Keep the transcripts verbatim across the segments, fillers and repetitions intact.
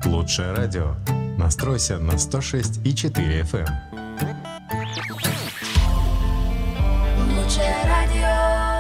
Лучшее радио. Настройся на сто шесть и четыре эф эм. Лучшее радио.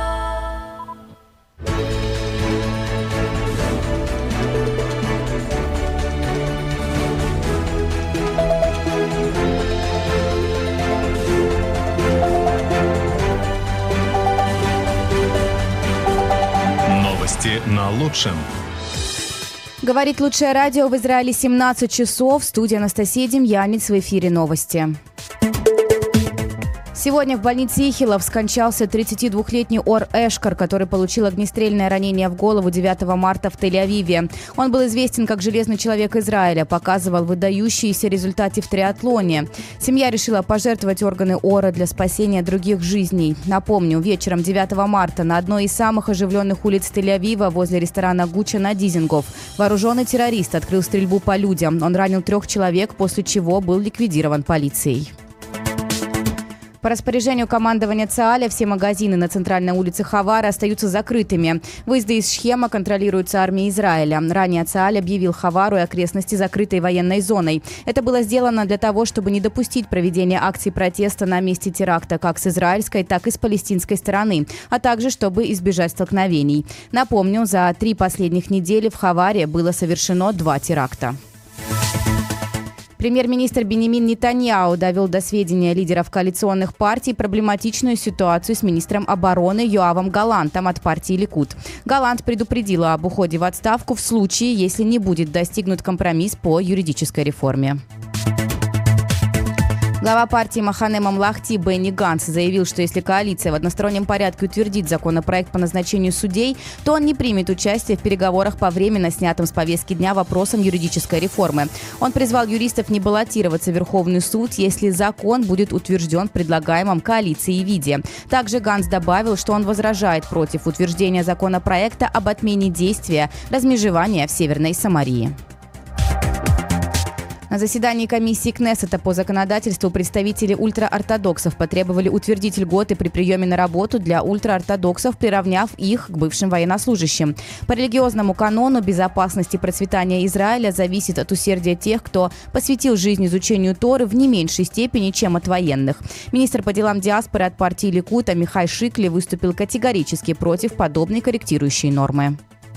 Новости на лучшем. Говорит Лучшее радио. В Израиле семнадцать часов. Студия Анастасия Демьянец. В эфире новости. Сегодня в больнице Ихилов скончался тридцатидвухлетний Ор Эшкар, который получил огнестрельное ранение в голову девятого марта в Тель-Авиве. Он был известен как «Железный человек Израиля», показывал выдающиеся результаты в триатлоне. Семья решила пожертвовать органы Ора для спасения других жизней. Напомню, вечером девятого марта на одной из самых оживленных улиц Тель-Авива возле ресторана «Гуччо» на Дизингоф вооруженный террорист открыл стрельбу по людям. Он ранил трех человек, после чего был ликвидирован полицией. По распоряжению командования ЦААля все магазины на центральной улице Хавара остаются закрытыми. Выезды из Шхема контролируются армией Израиля. Ранее ЦААль объявил Хавару и окрестности закрытой военной зоной. Это было сделано для того, чтобы не допустить проведения акций протеста на месте теракта как с израильской, так и с палестинской стороны, а также чтобы избежать столкновений. Напомню, за три последних недели в Хаваре было совершено два теракта. Премьер-министр Биньямин Нетаньяху довел до сведения лидеров коалиционных партий проблематичную ситуацию с министром обороны Йоавом Галантом от партии Ликуд. Галант предупредила об уходе в отставку в случае, если не будет достигнут компромисс по юридической реформе. Глава партии Махане Мамлахти Бенни Ганц заявил, что если коалиция в одностороннем порядке утвердит законопроект по назначению судей, то он не примет участие в переговорах по временно снятым с повестки дня вопросам юридической реформы. Он призвал юристов не баллотироваться в Верховный суд, если закон будет утвержден в предлагаемом коалицией виде. Также Ганц добавил, что он возражает против утверждения законопроекта об отмене действия размежевания в Северной Самарии. На заседании комиссии Кнессета по законодательству представители ультраортодоксов потребовали утвердить льготы при приеме на работу для ультраортодоксов, приравняв их к бывшим военнослужащим. По религиозному канону безопасность и процветание Израиля зависит от усердия тех, кто посвятил жизнь изучению Торы в не меньшей степени, чем от военных. Министр по делам диаспоры от партии Ликуд Амихай Шикли выступил категорически против подобной корректирующей нормы.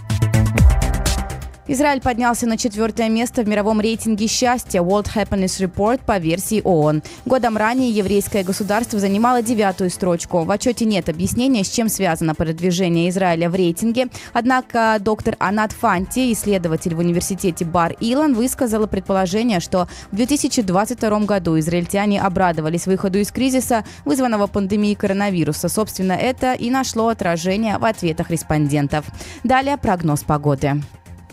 Израиль поднялся на четвертое место в мировом рейтинге счастья World Happiness Report по версии ООН. Годом ранее еврейское государство занимало девятую строчку. В отчете нет объяснения, с чем связано продвижение Израиля в рейтинге. Однако доктор Анат Фанти, исследователь в университете Бар-Илан, высказала предположение, что в две тысячи двадцать втором году израильтяне обрадовались выходу из кризиса, вызванного пандемией коронавируса. Собственно, это и нашло отражение в ответах респондентов. Далее прогноз погоды.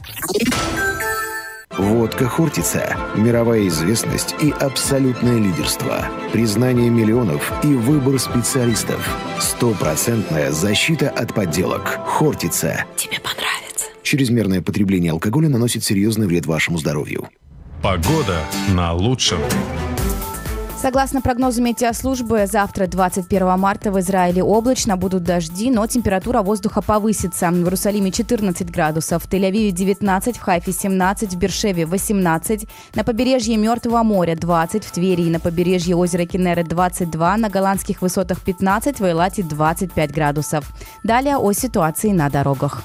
Водка Хортица. Мировая известность и абсолютное лидерство. Признание миллионов и выбор специалистов. Стопроцентная защита от подделок. Хортица. Тебе понравится. Чрезмерное потребление алкоголя наносит серьезный вред вашему здоровью. Погода на лучшем. Согласно прогнозу метеослужбы, завтра, двадцать первого марта, в Израиле облачно, будут дожди, но температура воздуха повысится. В Иерусалиме четырнадцать градусов, в Тель-Авиве девятнадцать, в Хайфе семнадцать, в Бершеве восемнадцать, на побережье Мертвого моря двадцать, в Твери и на побережье озера Киннерет двадцать два, на голландских высотах пятнадцать, в Эйлате двадцать пять градусов. Далее о ситуации на дорогах.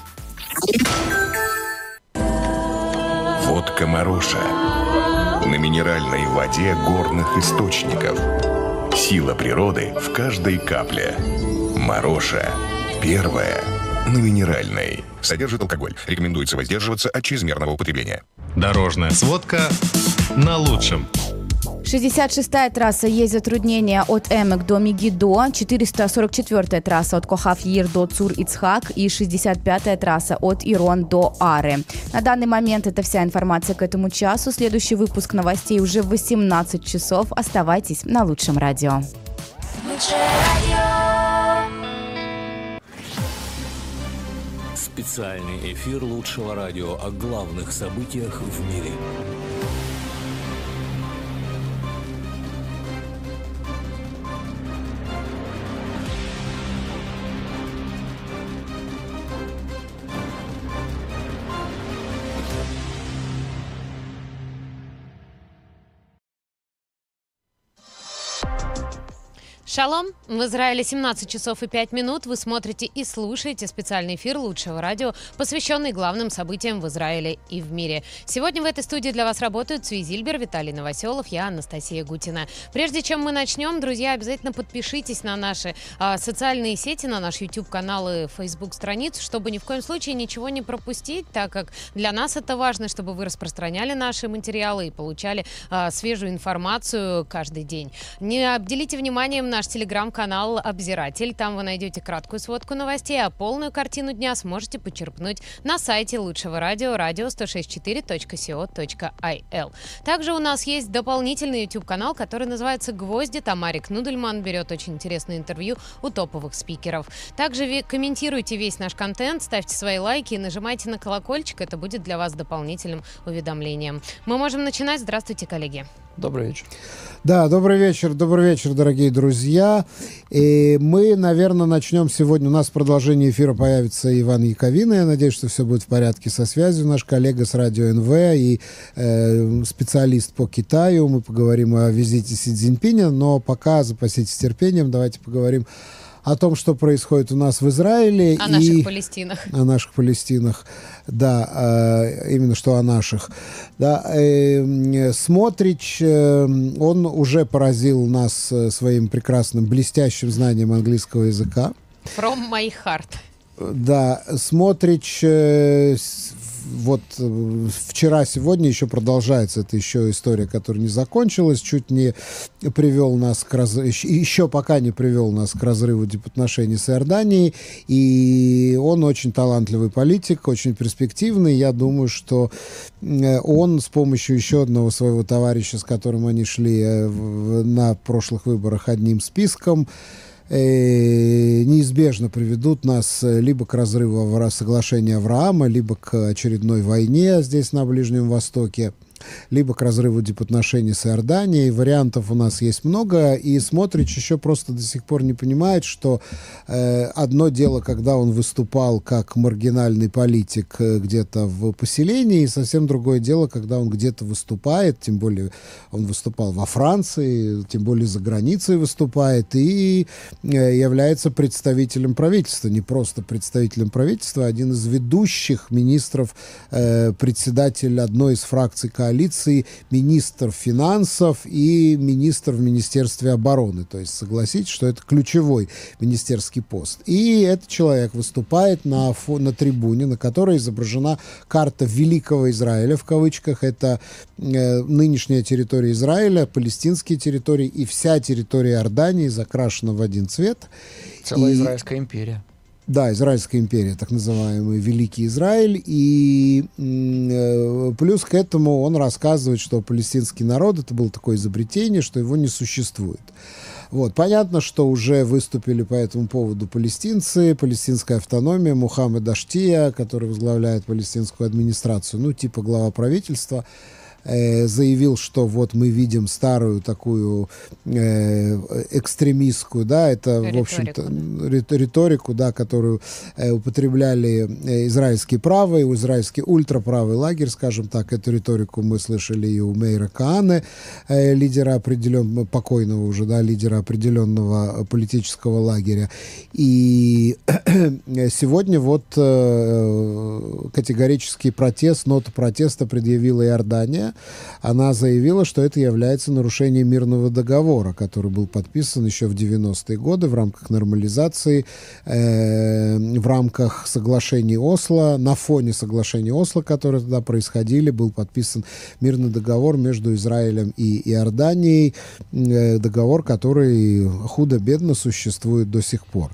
Водка Маруша. На минеральной воде горных источников. Сила природы в каждой капле. Маруша. Первая на минеральной. Содержит алкоголь. Рекомендуется воздерживаться от чрезмерного употребления. Дорожная сводка на лучшем. шестьдесят шестая трасса, есть затруднения от Эмек до Мегидо, четыреста сорок четвёртая трасса от Кохав-Яир до Цур-Ицхак и шестьдесят пятая трасса от Ирон до Ары. На данный момент это вся информация к этому часу. Следующий выпуск новостей уже в восемнадцать часов. Оставайтесь на Лучшем радио. Лучшее радио. Специальный эфир Лучшего радио о главных событиях в мире. Шалом! В Израиле семнадцать часов и пять минут. Вы смотрите и слушаете специальный эфир лучшего радио, посвященный главным событиям в Израиле и в мире. Сегодня в этой студии для вас работают Цви Зильбер, Виталий Новоселов, я Анастасия Гутина. Прежде чем мы начнем, друзья, обязательно подпишитесь на наши а, социальные сети, на наш YouTube-канал и Facebook-страницу, чтобы ни в коем случае ничего не пропустить, так как для нас это важно, чтобы вы распространяли наши материалы и получали а, свежую информацию каждый день. Не обделите вниманием наш телеграм-канал «Обзиратель». Там вы найдете краткую сводку новостей, а полную картину дня сможете почерпнуть на сайте лучшего радио радио сто шестьдесят четыре точка си о точка ай эл. Также у нас есть дополнительный YouTube-канал, который называется «Гвозди». Там Марик Нудельман берет очень интересное интервью у топовых спикеров. Также комментируйте весь наш контент, ставьте свои лайки и нажимайте на колокольчик. Это будет для вас дополнительным уведомлением. Мы можем начинать. Здравствуйте, коллеги. Добрый вечер. Да, добрый вечер, добрый вечер, дорогие друзья. И мы, наверное, начнем сегодня. У нас в продолжении эфира появится Иван Яковина. Я надеюсь, что все будет в порядке со связью. Наш коллега с радио эн вэ и э, специалист по Китаю. Мы поговорим о визите Си Цзиньпиня, но пока запаситесь терпением. Давайте поговорим о том, что происходит у нас в Израиле. О и наших Палестинах. О наших Палестинах, да, э, именно что о наших. Да, э, Смотрич, э, он уже поразил нас своим прекрасным, блестящим знанием английского языка. From my heart. Да, Смотрич, э, вот вчера, сегодня еще продолжается эта еще история, которая не закончилась, чуть не привел нас к раз... еще пока не привел нас к разрыву дипотношений с Иорданией, и он очень талантливый политик, очень перспективный. Я думаю, что он с помощью еще одного своего товарища, с которым они шли на прошлых выборах одним списком, неизбежно приведут нас либо к разрыву соглашения Авраама, либо к очередной войне здесь, на Ближнем Востоке, либо к разрыву дипотношений с Иорданией. Вариантов у нас есть много, и Смотрич еще просто до сих пор не понимает, что э, одно дело, когда он выступал как маргинальный политик э, где-то в поселении, и совсем другое дело, когда он где-то выступает, тем более он выступал во Франции, тем более за границей выступает, и э, является представителем правительства, не просто представителем правительства, а один из ведущих министров, э, председатель одной из фракций коалиции, министр финансов и министр в Министерстве обороны. То есть согласитесь, что это ключевой министерский пост. И этот человек выступает на, фо- на трибуне, на которой изображена карта Великого Израиля, в кавычках. Это э, нынешняя территория Израиля, палестинские территории и вся территория Иордании закрашена в один цвет. Целая и... Израильская империя. Да, Израильская империя, так называемый Великий Израиль. И э, плюс к этому он рассказывает, что палестинский народ — это было такое изобретение, что его не существует. Вот. Понятно, что уже выступили по этому поводу палестинцы, палестинская автономия, Мухаммед Аштия, который возглавляет палестинскую администрацию, ну, типа глава правительства, заявил, что вот мы видим старую такую э, экстремистскую, да, это, риторику, в общем-то, риторику, да, которую э, употребляли э, израильские правые, израильский ультраправый лагерь, скажем так. Эту риторику мы слышали и у Мейра Кааны, э, лидера определенного, покойного уже, да, лидера определенного политического лагеря. И сегодня вот э, категорический протест, ноту протеста предъявила Иордания. Она заявила, что это является нарушением мирного договора, который был подписан еще в девяностые годы в рамках нормализации, э, в рамках соглашений Осло. На фоне соглашений Осло, которые тогда происходили, был подписан мирный договор между Израилем и Иорданией, э, договор, который худо-бедно существует до сих пор.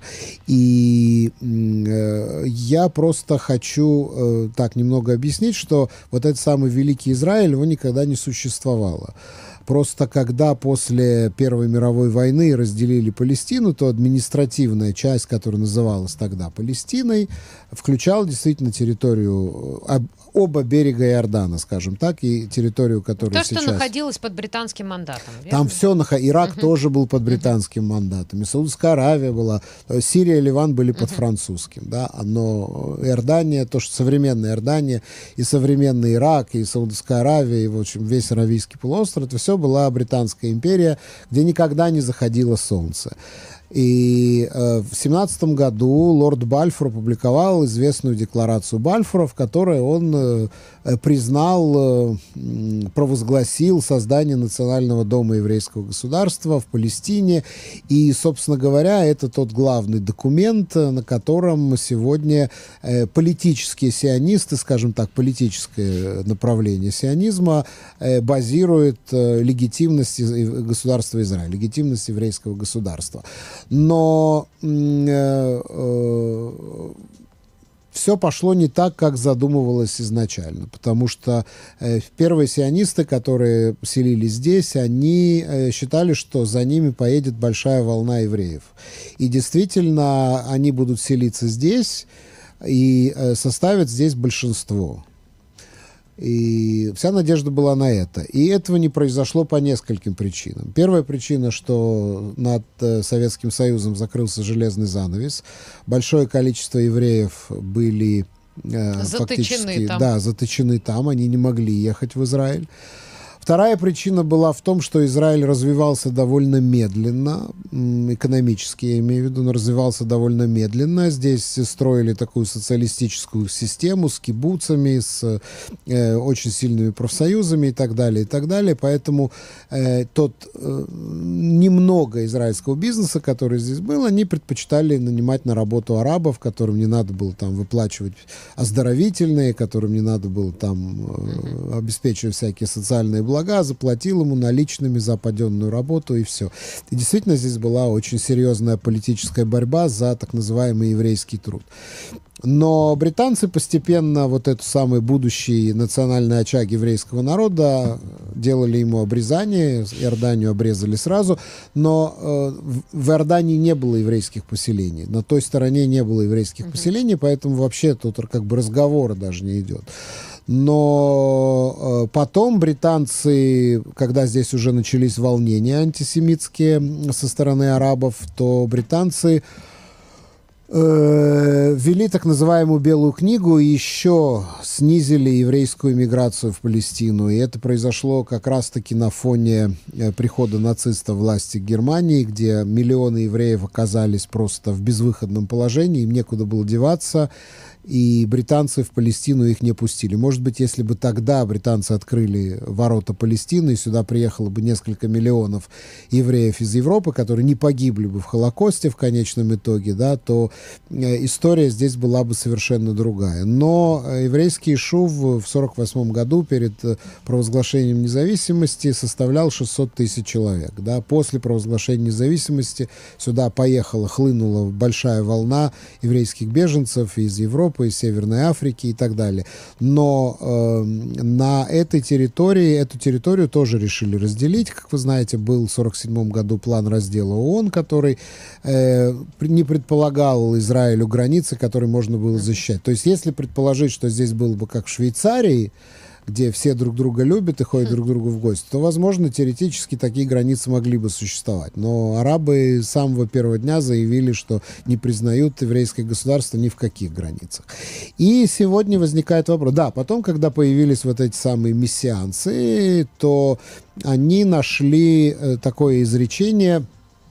И э, я просто хочу э, так немного объяснить, что вот этот самый Великий Израиль, его никогда не существовало. Просто когда после Первой мировой войны разделили Палестину, то административная часть, которая называлась тогда Палестиной, включала действительно территорию, оба берега Иордана, скажем так, и территорию, которую То, сейчас... что находилось под британским мандатом, верно? Там все, нах... Ирак Мгм. тоже был под британским мандатом, и Саудовская Аравия была, э, Сирия и Ливан были под французским, да, но Иордания, то, что современная Иордания, и современный Ирак, и Саудовская Аравия, и, в общем, весь Аравийский полуостров, это все была Британская империя, где никогда не заходило солнце. И э, в семнадцатом году лорд Бальфур опубликовал известную декларацию Бальфура, в которой он э, э, признал, э, м, провозгласил создание национального дома еврейского государства в Палестине. И, собственно говоря, это тот главный документ, э, на котором сегодня э, политические сионисты, скажем так, политическое направление сионизма э, базирует э, легитимность из- э, государства Израиль, легитимность еврейского государства. Но э, э, все пошло не так, как задумывалось изначально, потому что э, первые сионисты, которые селились здесь, они э, считали, что за ними поедет большая волна евреев. И действительно, они будут селиться здесь и э, составят здесь большинство. И вся надежда была на это. И этого не произошло по нескольким причинам. Первая причина, что над э, Советским Союзом закрылся железный занавес. Большое количество евреев были э, Заточены фактически там. Да, заточены там. Они не могли ехать в Израиль. Вторая причина была в том, что Израиль развивался довольно медленно, м, экономически я имею в виду, но развивался довольно медленно. Здесь строили такую социалистическую систему с кибуцами, с э, очень сильными профсоюзами и так далее, и так далее. Поэтому э, тот э, немного израильского бизнеса, который здесь был, они предпочитали нанимать на работу арабов, которым не надо было там выплачивать оздоровительные, которым не надо было там э, обеспечивать всякие социальные блага, заплатил ему наличными за определенную работу, и все. И действительно здесь была очень серьезная политическая борьба за так называемый еврейский труд. Но британцы постепенно вот этот самый будущий национальный очаг еврейского народа делали ему обрезание, Иорданию обрезали сразу, но э, в в Иордании не было еврейских поселений, на той стороне не было еврейских Мгм. поселений, поэтому вообще тут как бы разговора даже не идет. Но э, потом британцы, когда здесь уже начались волнения антисемитские со стороны арабов, то британцы э, ввели так называемую Белую книгу и еще снизили еврейскую миграцию в Палестину. И это произошло как раз-таки на фоне э, прихода нацистов к власти Германии, где миллионы евреев оказались просто в безвыходном положении, им некуда было деваться. И британцы в Палестину их не пустили. Может быть, если бы тогда британцы открыли ворота Палестины, и сюда приехало бы несколько миллионов евреев из Европы, которые не погибли бы в Холокосте в конечном итоге, да, то э, история здесь была бы совершенно другая. Но э, еврейский шув в сорок восьмом году перед э, провозглашением независимости составлял шестьсот тысяч человек. Да. После провозглашения независимости сюда поехала, хлынула большая волна еврейских беженцев из Европы, из Северной Африки и так далее. Но э, на этой территории, эту территорию тоже решили разделить. Как вы знаете, был в сорок седьмом году план раздела ООН, который э, не предполагал Израилю границы, которые можно было защищать. То есть, если предположить, что здесь было бы как в Швейцарии, где все друг друга любят и ходят друг к другу в гости, то, возможно, теоретически такие границы могли бы существовать. Но арабы с самого первого дня заявили, что не признают еврейское государство ни в каких границах. И сегодня возникает вопрос. Да, потом, когда появились вот эти самые мессианцы, то они нашли э, такое изречение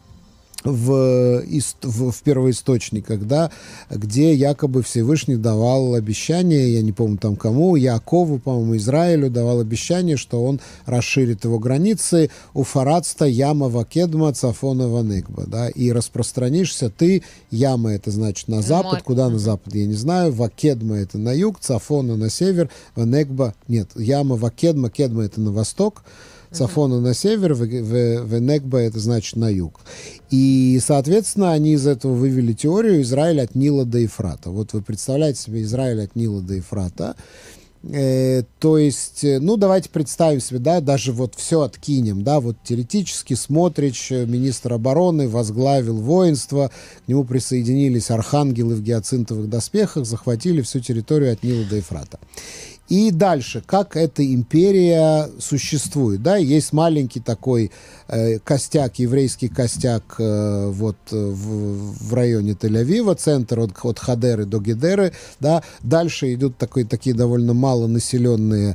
в, в, в первоисточниках, да, где якобы Всевышний давал обещание, я не помню там кому, Якову, по-моему, Израилю давал обещание, что он расширит его границы у Фарадста, Яма, Вакедма, Цафона, Ванегба, да, и распространишься ты, Яма это значит на запад, Море. куда на запад, я не знаю, Вакедма это на юг, Цафона на север, Ванегба, нет, Яма, Вакедма, Кедма это на восток, Цафона на север, Венегба это значит на юг. И, соответственно, они из этого вывели теорию Израиль от Нила до Ефрата. Вот вы представляете себе Израиль от Нила до Ефрата. Э, то есть, ну, давайте представим себе, да, даже вот все откинем, да, вот теоретически Смотрич, министр обороны, возглавил воинство, к нему присоединились архангелы в гиацинтовых доспехах, захватили всю территорию от Нила до Ефрата. И дальше, как эта империя существует, да, есть маленький такой э, костяк, еврейский костяк э, вот в, в районе Тель-Авива, центр от, от Хадеры до Гедеры, да, дальше идут такой, такие довольно малонаселенные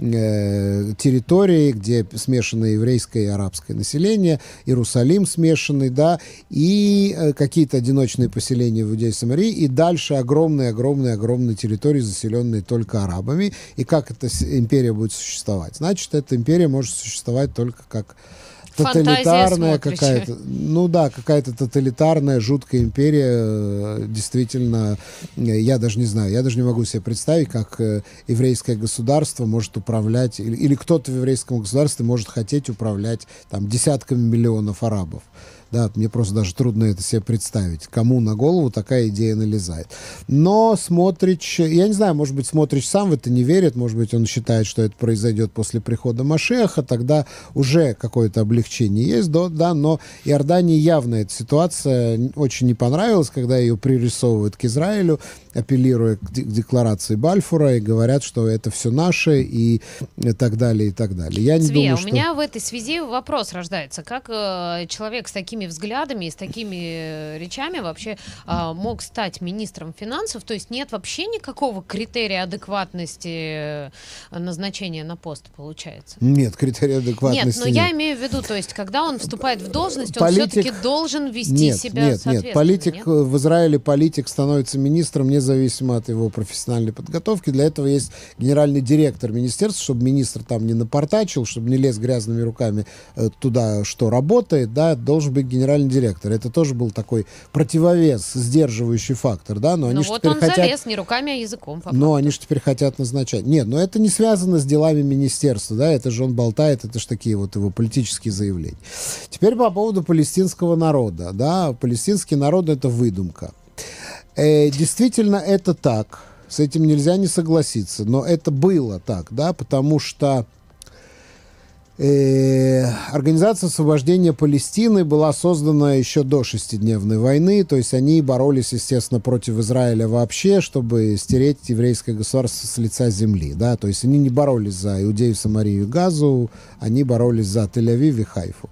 э, территории, где смешанное еврейское и арабское население, Иерусалим смешанный, да, и э, какие-то одиночные поселения в Иудее и Самарии, и дальше огромные-огромные-огромные территории, заселенные только арабами. И как эта империя будет существовать? Значит, эта империя может существовать только как тоталитарная какая-то, ну да, какая-то тоталитарная, жуткая империя, действительно, я даже не знаю, я даже не могу себе представить, как еврейское государство может управлять, или, или кто-то в еврейском государстве может хотеть управлять там десятками миллионов арабов. Да, мне просто даже трудно это себе представить. Кому на голову такая идея налезает. Но Смотрич, я не знаю, может быть, Смотрич сам в это не верит, может быть, он считает, что это произойдет после прихода Машиаха, тогда уже какое-то облегчение есть, да, да, но Иордании явно эта ситуация очень не понравилась, когда ее пририсовывают к Израилю, апеллируя к декларации Бальфура и говорят, что это все наше и так далее, и так далее. Я не Цве, думаю, у что... меня в этой связи вопрос рождается. Как э, человек с такими взглядами и с такими речами вообще э, мог стать министром финансов? То есть нет вообще никакого критерия адекватности назначения на пост, получается? Нет, критерия адекватности нет. Но нет. я имею в виду, то есть когда он вступает в должность, политик... он все-таки должен вести нет, себя нет, соответственно. Нет, политик нет? в Израиле политик становится министром независимо от его профессиональной подготовки. Для этого есть генеральный директор министерства, чтобы министр там не напортачил, чтобы не лез грязными руками э, туда, что работает, да, должен быть генеральный директор. Это тоже был такой противовес, сдерживающий фактор, да, но они ну же вот теперь он хотят... залез не руками, а языком. По но факту. они же теперь хотят назначать. Нет, но это не связано с делами министерства, да, это же он болтает, это же такие вот его политические заявления. Теперь по поводу палестинского народа, да, палестинский народ — это выдумка. Э, действительно, это так. С этим нельзя не согласиться. Но это было так, да, потому что э, Организация освобождения Палестины была создана еще до шестидневной войны. То есть они боролись, естественно, против Израиля вообще, чтобы стереть еврейское государство с лица земли. Да? То есть они не боролись за Иудею, Самарию и Газу, они боролись за Тель-Авив и Хайфу.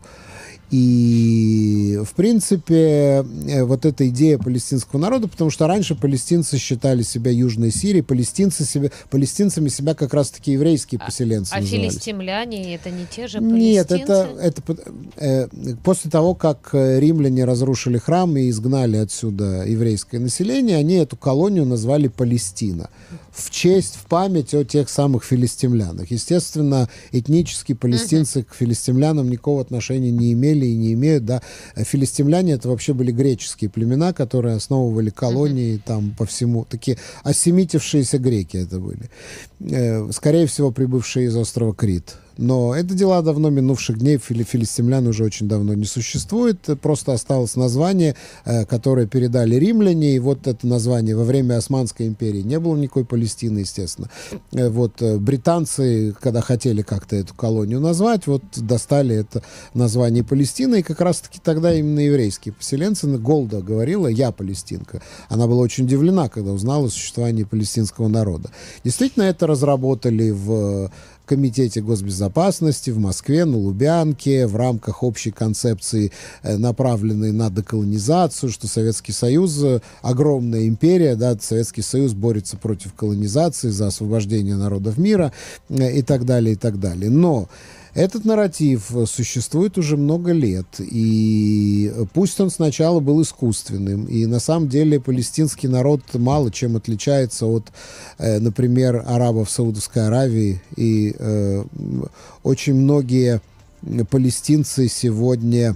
И, в принципе, вот эта идея палестинского народа, потому что раньше палестинцы считали себя Южной Сирией, палестинцы себя, палестинцами себя как раз-таки еврейские поселенцы а, называли. А филистимляне — это не те же палестинцы? Нет, это, это э, после того, как римляне разрушили храм и изгнали отсюда еврейское население, они эту колонию назвали Палестина. В честь, в память о тех самых филистимлянах. Естественно, этнически палестинцы uh-huh. к филистимлянам никакого отношения не имели и не имеют. Да. Филистимляне — это вообще были греческие племена, которые основывали колонии uh-huh. там по всему. Такие осемитившиеся греки это были. Э, скорее всего, прибывшие из острова Крит. Но это дела давно минувших дней. Фили- филистимлян уже очень давно не существует. Просто осталось название, э, которое передали римляне. И вот это название во время Османской империи не было никакой Палестины, естественно. Э, вот э, британцы, когда хотели как-то эту колонию назвать, вот достали это название Палестина. И как раз-таки тогда именно еврейские поселенцы, Голда говорила: «Я палестинка». Она была очень удивлена, когда узнала о существовании палестинского народа. Действительно, это разработали в Комитете госбезопасности в Москве, на Лубянке, в рамках общей концепции, направленной на деколонизацию, что Советский Союз — огромная империя, да, Советский Союз борется против колонизации, за освобождение народов мира и так далее, и так далее. Но этот нарратив существует уже много лет, и пусть он сначала был искусственным, и на самом деле палестинский народ мало чем отличается от, э, например, арабов Саудовской Аравии, и э, очень многие палестинцы сегодня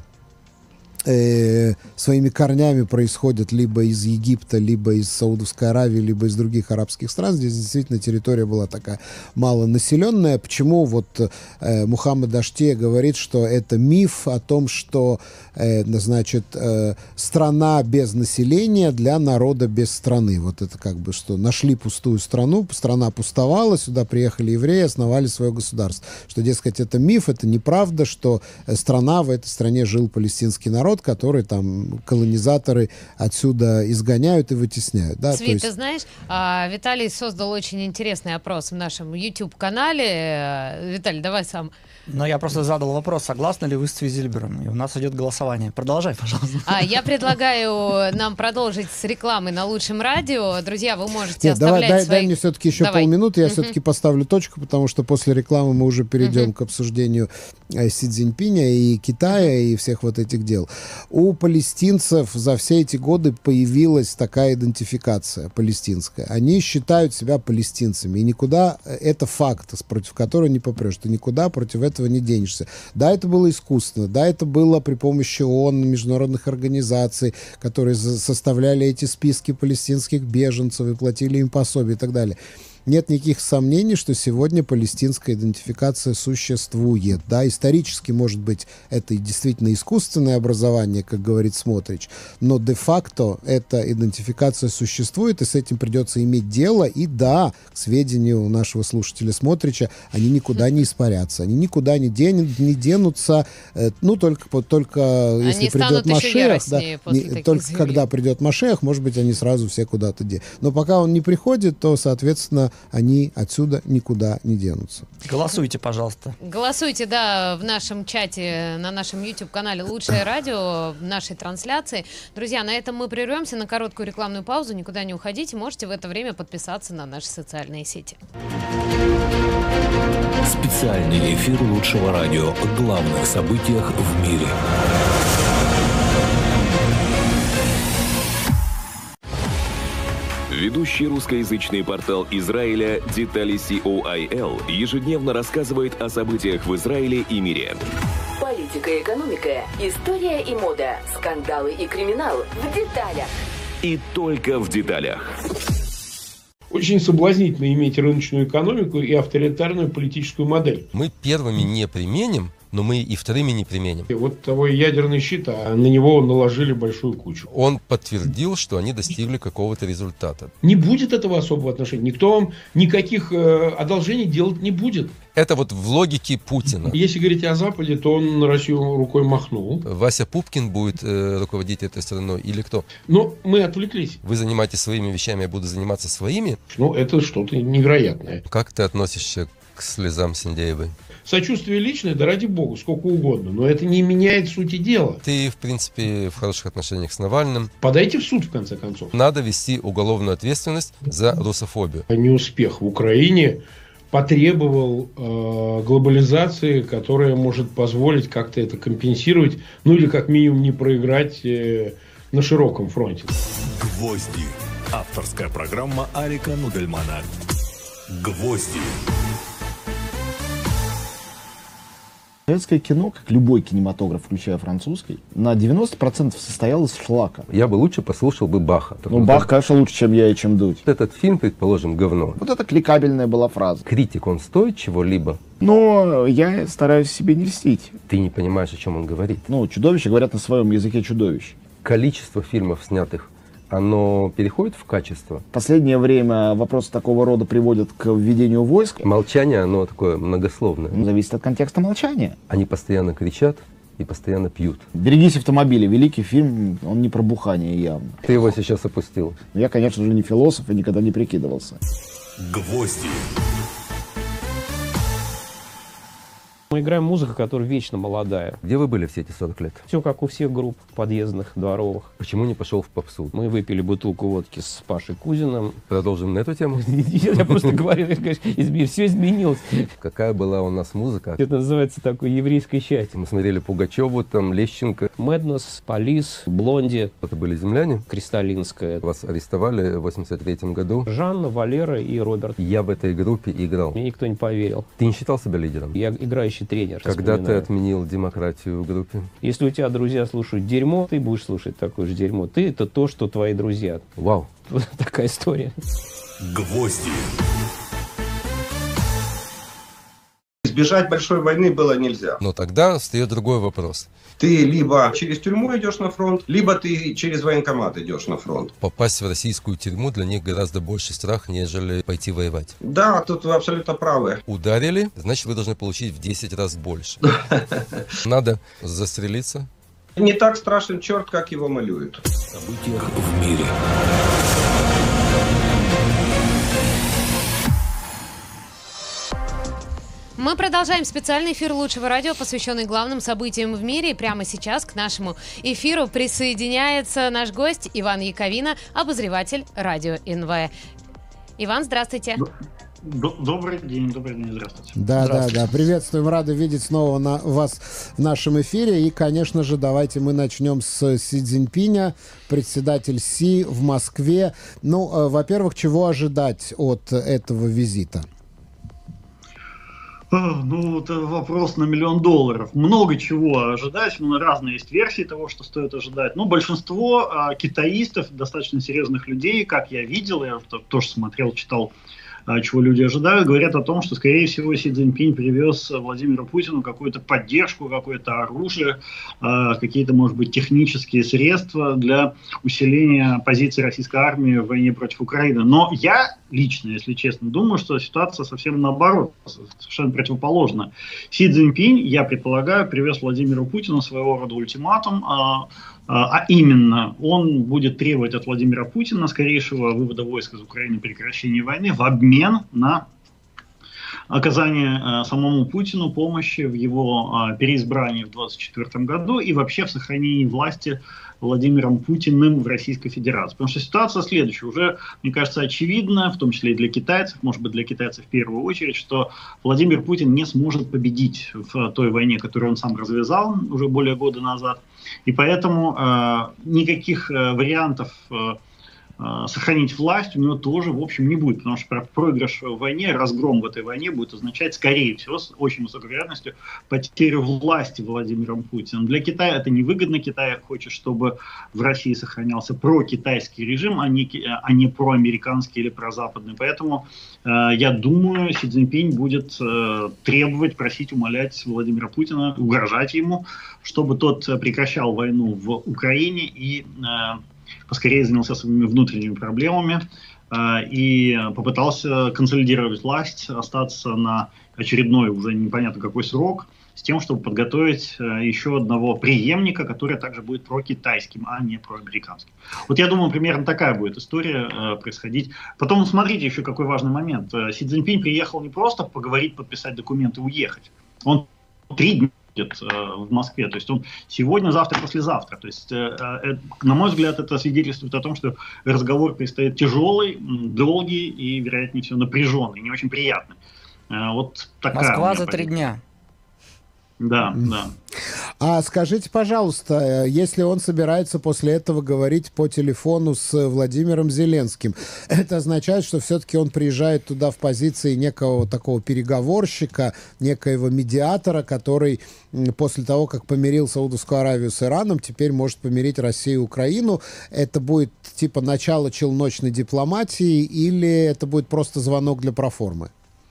э, своими корнями происходят либо из Египта, либо из Саудовской Аравии, либо из других арабских стран. Здесь действительно территория была такая малонаселенная. Почему вот э, Мухаммад Аштия говорит, что это миф о том, что э, значит, э, страна без населения для народа без страны. Вот это как бы что нашли пустую страну, страна пустовала, сюда приехали евреи, основали свое государство. Что, дескать, это миф, это неправда, что страна, в этой стране жил палестинский народ. народ, который там колонизаторы отсюда изгоняют и вытесняют. Да? Свит, есть... ты знаешь, а, Виталий создал очень интересный опрос в нашем YouTube-канале. Виталий, давай сам. Но я просто задал вопрос, согласны ли вы с Цвизильбером? И у нас идет голосование. Продолжай, пожалуйста. А, я предлагаю нам продолжить с рекламой на лучшем радио. Друзья, вы можете Нет, оставлять давай, дай, свои... дай мне все-таки еще Давай. полминуты, я Мгм. все-таки поставлю точку, потому что после рекламы мы уже перейдем Мгм. к обсуждению э, Си Цзиньпиня и Китая и всех вот этих дел. У палестинцев за все эти годы появилась такая идентификация палестинская. Они считают себя палестинцами, и никуда, это факт, против которого не попрешь, ты никуда против этого не денешься. Да, это было искусственно, да, это было при помощи ООН, международных организаций, которые за- составляли эти списки палестинских беженцев и платили им пособия и так далее. Нет никаких сомнений, что сегодня палестинская идентификация существует. Да, исторически, может быть, это и действительно искусственное образование, как говорит Смотрич, но де-факто эта идентификация существует, и с этим придется иметь дело. И да, к сведению нашего слушателя Смотрича, они никуда не испарятся, они никуда не, ден- не денутся, э, ну, только, по- только если Они станут придет еще Машиах, да, яростнее после не- таких только заявлений. когда придет Машиах, может быть, они сразу все куда-то денут. Но пока он не приходит, то, соответственно, они отсюда никуда не денутся. Голосуйте, пожалуйста. Голосуйте, да, в нашем чате, на нашем YouTube-канале «Лучшее радио», в нашей трансляции. Друзья, на этом мы прервемся на короткую рекламную паузу. Никуда не уходите. Можете в это время подписаться на наши социальные сети. Специальный эфир лучшего радио о главных событиях в мире. Ведущий русскоязычный портал Израиля Детали си о ай эл ежедневно рассказывает о событиях в Израиле и мире. Политика и экономика, история и мода, скандалы и криминал в деталях. И только в деталях. Очень соблазнительно иметь рыночную экономику и авторитарную политическую модель. Мы первыми не применим, но мы и вторыми не применим. И вот того ядерный щит, а на него наложили большую кучу. Он подтвердил, что они достигли какого-то результата. Не будет этого особого отношения. Никто вам никаких э, одолжений делать не будет. Это вот в логике Путина. Если говорить о Западе, то он на Россию рукой махнул. Вася Пупкин будет э, руководить этой страной или кто? Но мы отвлеклись. Вы занимаетесь своими вещами, я буду заниматься своими? Ну, это что-то невероятное. Как ты относишься к слезам Синдеевой? Сочувствие личное, да ради бога, сколько угодно. Но это не меняет сути дела. Ты, в принципе, в хороших отношениях с Навальным. Подайте в суд, в конце концов. Надо вести уголовную ответственность за русофобию. Неуспех в Украине потребовал э, глобализации, которая может позволить как-то это компенсировать, ну или как минимум не проиграть э, на широком фронте. Гвозди. Авторская программа Арика Нудельмана. Гвозди. Советское кино, как любой кинематограф, включая французский, на девяносто процентов состоял из шлака. Я бы лучше послушал бы Баха. Ну, Бах, конечно, лучше, чем я и чем Дудь. Этот фильм, предположим, говно. Вот это кликабельная была фраза. Критик, он стоит чего-либо? Но я стараюсь себе не льстить. Ты не понимаешь, о чем он говорит. Ну, чудовища говорят на своем языке чудовищ. Количество фильмов, снятых, оно переходит в качество? В последнее время вопросы такого рода приводят к введению войск. Молчание, оно такое многословное. Зависит от контекста молчания. Они постоянно кричат и постоянно пьют. «Берегись автомобиля» — великий фильм, он не про бухание явно. Ты его сейчас опустил. Я, конечно же, не философ и никогда не прикидывался. Гвозди. Мы играем музыку, которая вечно молодая. Где вы были все эти сорок лет? Все как у всех групп подъездных, дворовых. Почему не пошел в попсу? Мы выпили бутылку водки с Пашей Кузиным. Продолжим на эту тему? Я просто говорю, все изменилось. Какая была у нас музыка? Это называется такое еврейское счастье. Мы смотрели Пугачеву, там, Лещенко. Мэднесс, Полис, Блонди. Это были земляне? Кристаллинская. Вас арестовали в восемьдесят третьем году. Жанна, Валера и Роберт. Я в этой группе играл. Мне никто не поверил. Ты не считал себя лидером? Я играющий тренер. Когда ты вспоминаю. отменил демократию в группе? Если у тебя друзья слушают дерьмо, ты будешь слушать такое же дерьмо. Ты — это то, что твои друзья. Вау. Вот такая история. Гвозди. Избежать большой войны было нельзя. Но тогда встает другой вопрос. Ты либо через тюрьму идешь на фронт, либо ты через военкомат идешь на фронт. Попасть в российскую тюрьму для них гораздо больше страх, нежели пойти воевать. Да, тут вы абсолютно правы. Ударили, значит, вы должны получить в десять раз больше. Надо застрелиться, Не так страшен черт, как его малюют. В событиях в мире. Мы продолжаем специальный эфир Лучшего радио, посвященный главным событиям в мире. И прямо сейчас к нашему эфиру присоединяется наш гость Иван Яковина, обозреватель радио эн вэ. Иван, здравствуйте. Добрый день, добрый день, здравствуйте. Да, здравствуйте. да, да. Приветствуем, рады видеть снова на вас в нашем эфире. И, конечно же, давайте мы начнем с Си Цзиньпиня, председатель Си в Москве. Ну, во-первых, чего ожидать от этого визита? Ну, это вопрос на миллион долларов. Много чего ожидать, ну, разные есть версии того, что стоит ожидать. Но большинство а, китаистов, достаточно серьезных людей, как я видел, я тоже смотрел, читал, а, чего люди ожидают, говорят о том, что, скорее всего, Си Цзиньпинь привез Владимиру Путину какую-то поддержку, какое-то оружие, а, какие-то, может быть, технические средства для усиления позиции российской армии в войне против Украины. Но я лично, если честно, думаю, что ситуация совсем наоборот, совершенно противоположна. Си Цзиньпинь, я предполагаю, привез Владимиру Путину своего рода ультиматум, а, а именно он будет требовать от Владимира Путина скорейшего вывода войск из Украины, прекращения войны в обмен на оказание а, самому Путину помощи в его а, переизбрании в двадцать четвёртом году и вообще в сохранении власти Владимиром Путиным в Российской Федерации. Потому что ситуация следующая. Уже, мне кажется, очевидно, в том числе и для китайцев, может быть, для китайцев в первую очередь, что Владимир Путин не сможет победить в той войне, которую он сам развязал уже более года назад. И поэтому э, никаких э, вариантов э, сохранить власть у него тоже, в общем, не будет, потому что проигрыш в войне, разгром в этой войне будет означать, скорее всего, с очень высокой вероятностью, потерю власти Владимиром Путиным. Для Китая это невыгодно. Китай хочет, чтобы в России сохранялся прокитайский режим, а не, а не проамериканский или прозападный. Поэтому э, я думаю, Си Цзиньпинь будет э, требовать, просить, умолять Владимира Путина, угрожать ему, чтобы тот прекращал войну в Украине и э, поскорее занялся своими внутренними проблемами э, и попытался консолидировать власть, остаться на очередной уже непонятно какой срок, с тем, чтобы подготовить э, еще одного преемника, который также будет прокитайским, а не проамериканским. Вот я думаю, примерно такая будет история э, происходить. Потом, смотрите, еще какой важный момент. Си Цзиньпинь приехал не просто поговорить, подписать документы и уехать. Он три дня в Москве, то есть он сегодня, завтра, послезавтра. То есть, э, на мой взгляд, это свидетельствует о том, что разговор предстоит тяжелый, долгий и, вероятнее всего, напряженный, не очень приятный. Э, вот такая Москва за три дня. Да, да. А скажите, пожалуйста, если он собирается после этого говорить по телефону с Владимиром Зеленским, это означает, что все-таки он приезжает туда в позиции некого такого переговорщика, некоего медиатора, который после того, как помирил Саудовскую Аравию с Ираном, теперь может помирить Россию и Украину. Это будет типа начало челночной дипломатии или это будет просто звонок для проформы?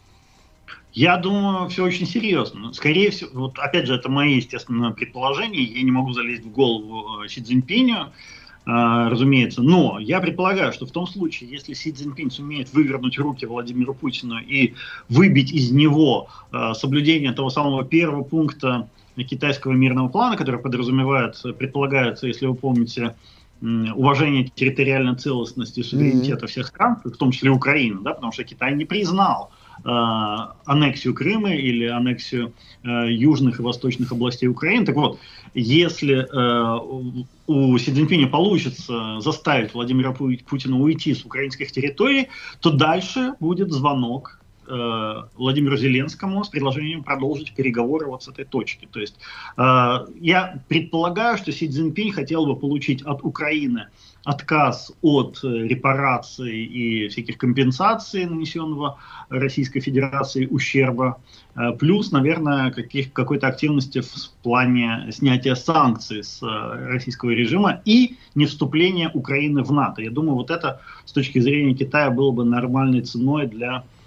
Я думаю, все очень серьезно. Скорее всего, вот опять же, это мои, естественно, предположения. Я не могу залезть в голову Си Цзиньпиню, э, разумеется. Но я предполагаю, что в том случае, если Си Цзиньпинь сумеет вывернуть руки Владимиру Путину и выбить из него э, соблюдение того самого первого пункта китайского мирного плана, который подразумевает, предполагается, если вы помните, уважение территориальной целостности и суверенитета mm-hmm. всех стран, в том числе Украины, да, потому что Китай не признал э, аннексию Крыма или аннексию э, южных и восточных областей Украины. Так вот, если э, у Си Цзиньпиня получится заставить Владимира Путина уйти с украинских территорий, то дальше будет звонок Владимиру Зеленскому с предложением продолжить переговоры вот с этой точки. То есть э, я предполагаю, что Си Цзиньпинь хотел бы получить от Украины отказ от репараций и всяких компенсаций, нанесенного Российской Федерации ущерба, э, плюс, наверное, каких, какой-то активности в плане снятия санкций с э, российского режима и не вступления Украины в НАТО. Я думаю, вот это с точки зрения Китая было бы нормальной ценой для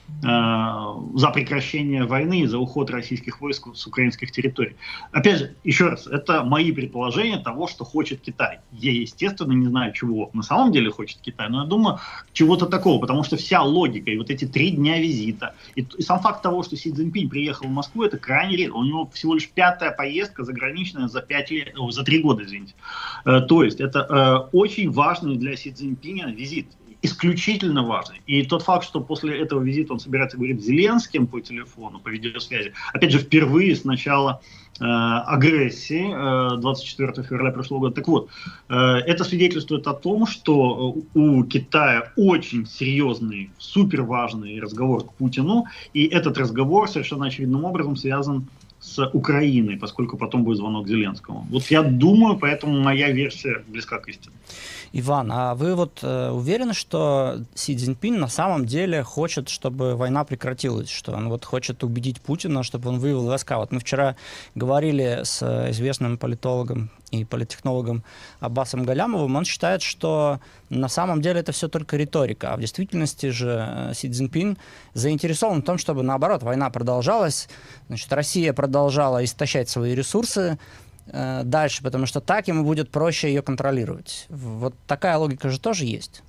за прекращение войны, за уход российских войск с украинских территорий. Опять же, еще раз, это мои предположения того, что хочет Китай. Я, естественно, не знаю, чего на самом деле хочет Китай, но я думаю, чего-то такого, потому что вся логика и вот эти три дня визита, и, и сам факт того, что Си Цзиньпинь приехал в Москву, это крайне редко. У него всего лишь пятая поездка заграничная за пять лет, о, за три года, извините. Э, то есть это э, очень важный для Си Цзиньпиня визит. Исключительно важный. И тот факт, что после этого визита он собирается говорить с Зеленским по телефону, по видеосвязи, опять же, впервые с начала э, агрессии э, двадцать четвёртого февраля прошлого года. Так вот, э, это свидетельствует о том, что у Китая очень серьезный, суперважный разговор к Путину, и этот разговор совершенно очевидным образом связан с Украиной, поскольку потом будет звонок Зеленскому. Вот я думаю, поэтому моя версия близка к истине. Иван, а вы вот э, уверены, что Си Цзиньпинь на самом деле хочет, чтобы война прекратилась, что он вот хочет убедить Путина, чтобы он вывел войска? Вот мы вчера говорили с известным политологом и политтехнологом Аббасом Галямовым, он считает, что на самом деле это все только риторика, а в действительности же Си Цзиньпинь заинтересован в том, чтобы, наоборот, война продолжалась, значит, Россия продолжала истощать свои ресурсы э, дальше, потому что так ему будет проще ее контролировать. Вот такая логика же тоже есть.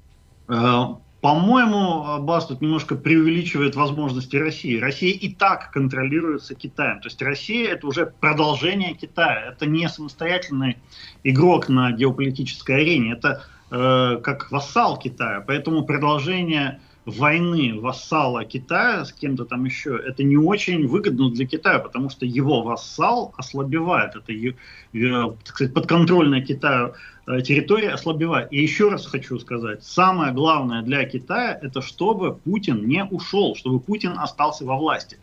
По-моему, Аббас тут немножко преувеличивает возможности России. Россия и так контролируется Китаем. То есть Россия — это уже продолжение Китая. Это не самостоятельный игрок на геополитической арене. Это э, как вассал Китая. Поэтому продолжение войны вассала Китая с кем-то там еще, это не очень выгодно для Китая, потому что его вассал ослабевает. Это, э, так сказать, подконтрольная Китаю территория ослабевает. И еще раз хочу сказать, самое главное для Китая — это чтобы Путин не ушел, чтобы Путин остался во власти.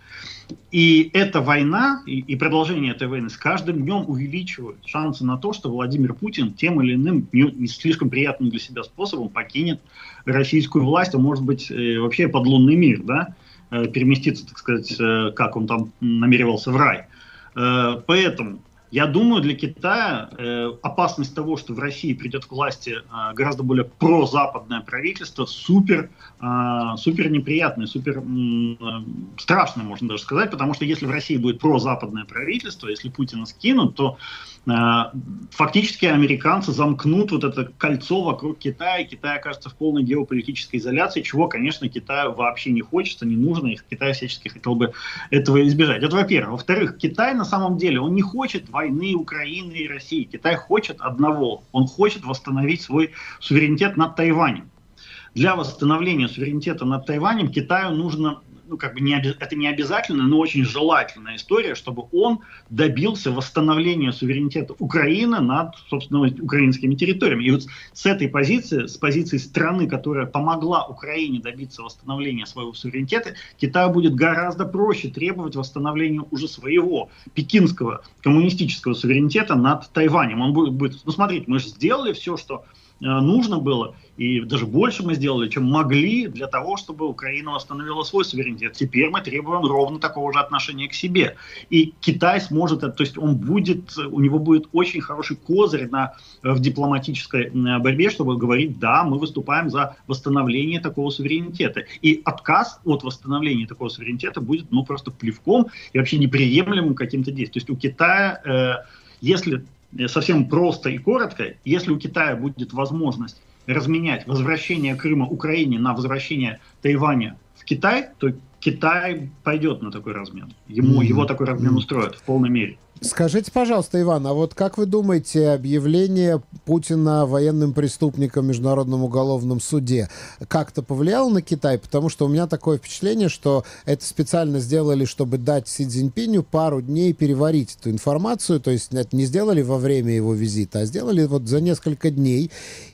И эта война, и, и продолжение этой войны с каждым днем увеличивают шансы на то, что Владимир Путин тем или иным не, не слишком приятным для себя способом покинет российскую власть, а может быть э, вообще подлунный мир, да, э, переместиться, так сказать, э, как он там намеревался, в рай. Э, поэтому я думаю, для Китая э, опасность того, что в России придет к власти э, гораздо более прозападное правительство, супер, э, супер неприятное, супер э, страшное, можно даже сказать, потому что если в России будет прозападное правительство, если Путина скинут, то э, фактически американцы замкнут вот это кольцо вокруг Китая, и Китай окажется в полной геополитической изоляции, чего, конечно, Китаю вообще не хочется, не нужно, и Китай всячески хотел бы этого избежать. Это во-первых. Во-вторых, Китай на самом деле, он не хочет войны Украины и России. Китай хочет одного. Он хочет восстановить свой суверенитет над Тайванем. Для восстановления суверенитета над Тайванем Китаю нужно, ну как бы не, это не обязательно, но очень желательная история, чтобы он добился восстановления суверенитета Украины над, собственно, украинскими территориями. И вот с этой позиции, с позиции страны, которая помогла Украине добиться восстановления своего суверенитета, Китаю будет гораздо проще требовать восстановления уже своего пекинского коммунистического суверенитета над Тайванем. Он будет, будет ну смотрите, мы же сделали все, что нужно было, и даже больше мы сделали, чем могли, для того, чтобы Украина восстановила свой суверенитет. Теперь мы требуем ровно такого же отношения к себе. И Китай сможет это, то есть он будет, у него будет очень хороший козырь на, в дипломатической борьбе, чтобы говорить, да, мы выступаем за восстановление такого суверенитета. И отказ от восстановления такого суверенитета будет, ну, просто плевком и вообще неприемлемым каким-то действием. То есть у Китая, э, если совсем просто и коротко, если у Китая будет возможность разменять возвращение Крыма Украине на возвращение Тайваня в Китай, то Китай пойдет на такой размен. Ему, mm-hmm. Его такой размен устроит в полной мере. Скажите, пожалуйста, Иван, а вот как вы думаете, объявление Путина военным преступником в Международном уголовном суде как-то повлияло на Китай? Потому что у меня такое впечатление, что это специально сделали, чтобы дать Си Цзиньпиню пару дней переварить эту информацию. То есть это не сделали во время его визита, а сделали вот за несколько дней.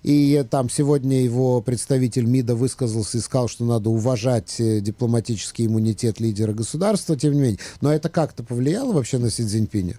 И там сегодня его представитель МИДа высказался и сказал, что надо уважать дипломатический иммунитет лидера государства, тем не менее. Но это как-то повлияло вообще на Си Цзиньпиня?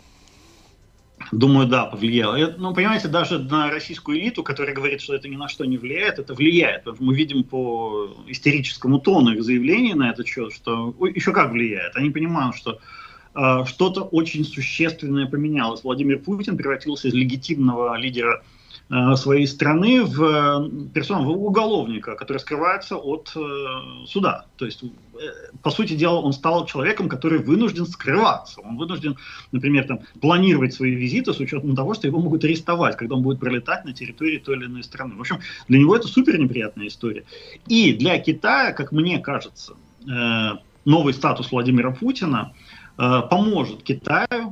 Думаю, да, повлияло. Ну, понимаете, даже на российскую элиту, которая говорит, что это ни на что не влияет, это влияет. Мы видим по истерическому тону их заявлений на этот счет, что еще как влияет. Они понимают, что э, что-то очень существенное поменялось. Владимир Путин превратился из легитимного лидера своей страны в персону, в уголовника, который скрывается от суда. То есть, по сути дела, он стал человеком, который вынужден скрываться. Он вынужден, например, там, планировать свои визиты с учетом того, что его могут арестовать, когда он будет пролетать на территории той или иной страны. В общем, для него это супер неприятная история. И для Китая, как мне кажется, новый статус Владимира Путина поможет Китаю.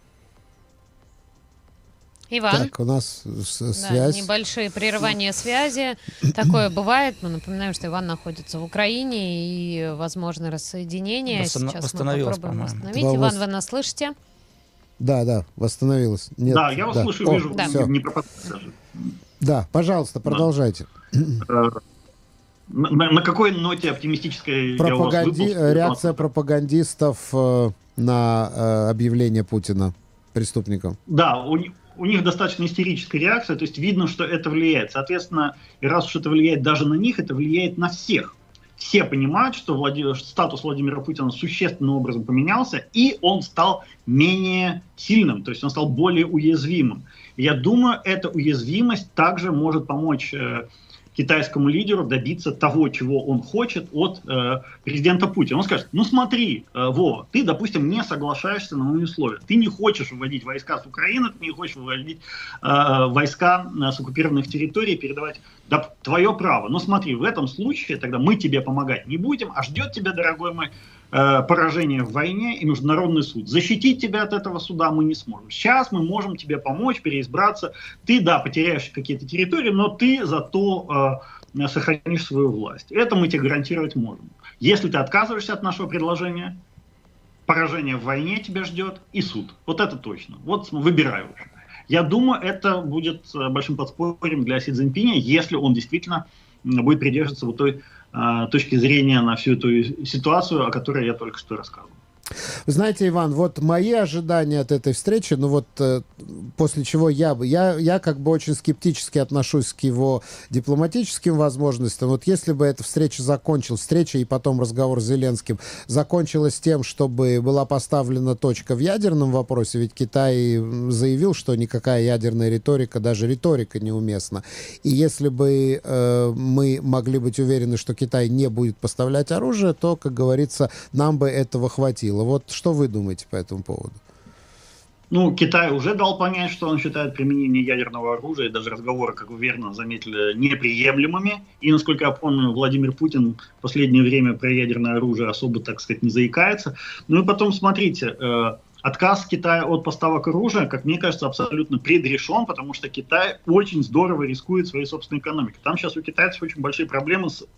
Иван. Так, у нас связь. Да, небольшие прерывания связи. Такое бывает. Мы напоминаем, что Иван находится в Украине и возможно рассоединение. Восстанов... Сейчас мы попробуем восстановить. Да, Иван, вас... вы нас слышите? Да, да, восстановилась. Нет, да, я вас да. слышу, О, вижу. Да. Не, не пропадайте даже. Да, пожалуйста, продолжайте. Да. На, на какой ноте оптимистической Пропаганди... я у вас Реакция пропагандистов э, на э, объявление Путина преступником? Да, у, у них достаточно истерическая реакция, то есть видно, что это влияет. Соответственно, и раз уж это влияет даже на них, это влияет на всех. Все понимают, что Влади... статус Владимира Путина существенным образом поменялся, и он стал менее сильным, то есть он стал более уязвимым. И я думаю, эта уязвимость также может помочь э, китайскому лидеру добиться того, чего он хочет от э, президента Путина. Он скажет, ну смотри, э, Вова, ты, допустим, не соглашаешься на мои условия. Ты не хочешь выводить войска с Украины, ты не хочешь выводить э, войска с оккупированных территорий, передавать. Да, твое право. Но смотри, в этом случае тогда мы тебе помогать не будем, а ждет тебя, дорогой мой, э, поражение в войне и международный суд. Защитить тебя от этого суда мы не сможем. Сейчас мы можем тебе помочь переизбраться. Ты, да, потеряешь какие-то территории, но ты зато э, сохранишь свою власть. Это мы тебе гарантировать можем. Если ты отказываешься от нашего предложения, поражение в войне тебя ждет и суд. Вот это точно. Вот выбирай уже. Я думаю, это будет большим подспорьем для Си Цзиньпиня, если он действительно будет придерживаться вот той э, точки зрения на всю эту ситуацию, о которой я только что рассказывал. Вы знаете, Иван, вот мои ожидания от этой встречи, ну вот э, после чего я бы, я, я как бы очень скептически отношусь к его дипломатическим возможностям. Вот если бы эта встреча закончилась, встреча и потом разговор с Зеленским закончилась тем, чтобы была поставлена точка в ядерном вопросе, ведь Китай заявил, что никакая ядерная риторика, даже риторика неуместна. И если бы э, мы могли быть уверены, что Китай не будет поставлять оружие, то, как говорится, нам бы этого хватило. Вот что вы думаете по этому поводу? Ну, Китай уже дал понять, что он считает применение ядерного оружия, и даже разговоры, как вы верно заметили, неприемлемыми. И, насколько я помню, Владимир Путин в последнее время про ядерное оружие особо, так сказать, не заикается. Ну и потом, смотрите, э, отказ Китая от поставок оружия, как мне кажется, абсолютно предрешен, потому что Китай очень здорово рискует своей собственной экономикой. Там сейчас у китайцев очень большие проблемы с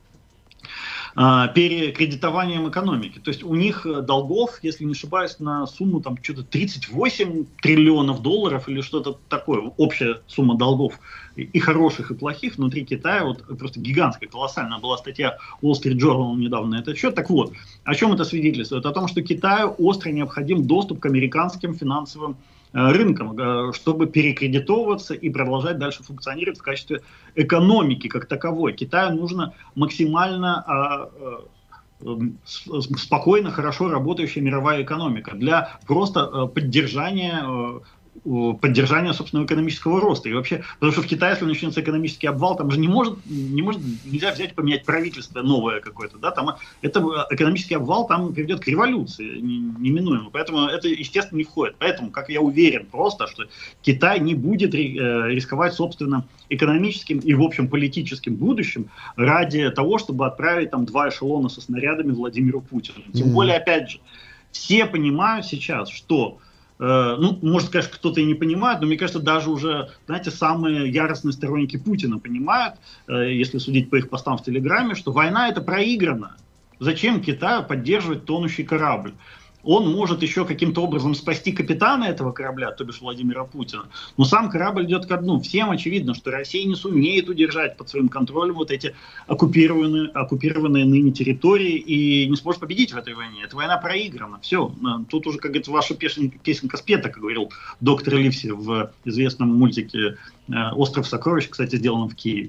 перекредитованием экономики. То есть у них долгов, если не ошибаюсь, на сумму там что-то тридцать восемь триллионов долларов или что-то такое. Общая сумма долгов и хороших, и плохих внутри Китая вот просто гигантская, колоссальная. Была статья Wall Street Journal недавно на этот счет. Так вот, о чем это свидетельствует? О том, что Китаю остро необходим доступ к американским финансовым рынкам, чтобы перекредитовываться и продолжать дальше функционировать в качестве экономики как таковой. Китаю нужно максимально а, а, спокойно, хорошо работающая мировая экономика для просто а, поддержания а, поддержания собственного экономического роста. И вообще, потому что в Китае, если начнется экономический обвал, там же не может, не может, нельзя взять и поменять правительство новое какое-то, да, там это экономический обвал там приведет к революции неминуемо. Поэтому это, естественно, не входит. Поэтому, как я уверен просто, что Китай не будет рисковать собственным экономическим и, в общем, политическим будущим ради того, чтобы отправить там два эшелона со снарядами Владимиру Путину. Тем mm-hmm. более, опять же, все понимают сейчас, что ну, может, конечно, кто-то и не понимает, но мне кажется, даже уже, знаете, самые яростные сторонники Путина понимают, если судить по их постам в Телеграме, что война это проиграна. Зачем Китаю поддерживать тонущий корабль? Он может еще каким-то образом спасти капитана этого корабля, то бишь Владимира Путина, но сам корабль идет ко дну. Всем очевидно, что Россия не сумеет удержать под своим контролем вот эти оккупированные, оккупированные ныне территории и не сможет победить в этой войне. Эта война проиграна. Все. Тут уже, как говорится, ваша песенка, песенка спета, как говорил доктор Ливси в известном мультике «Остров сокровищ», кстати, сделанном в Киеве.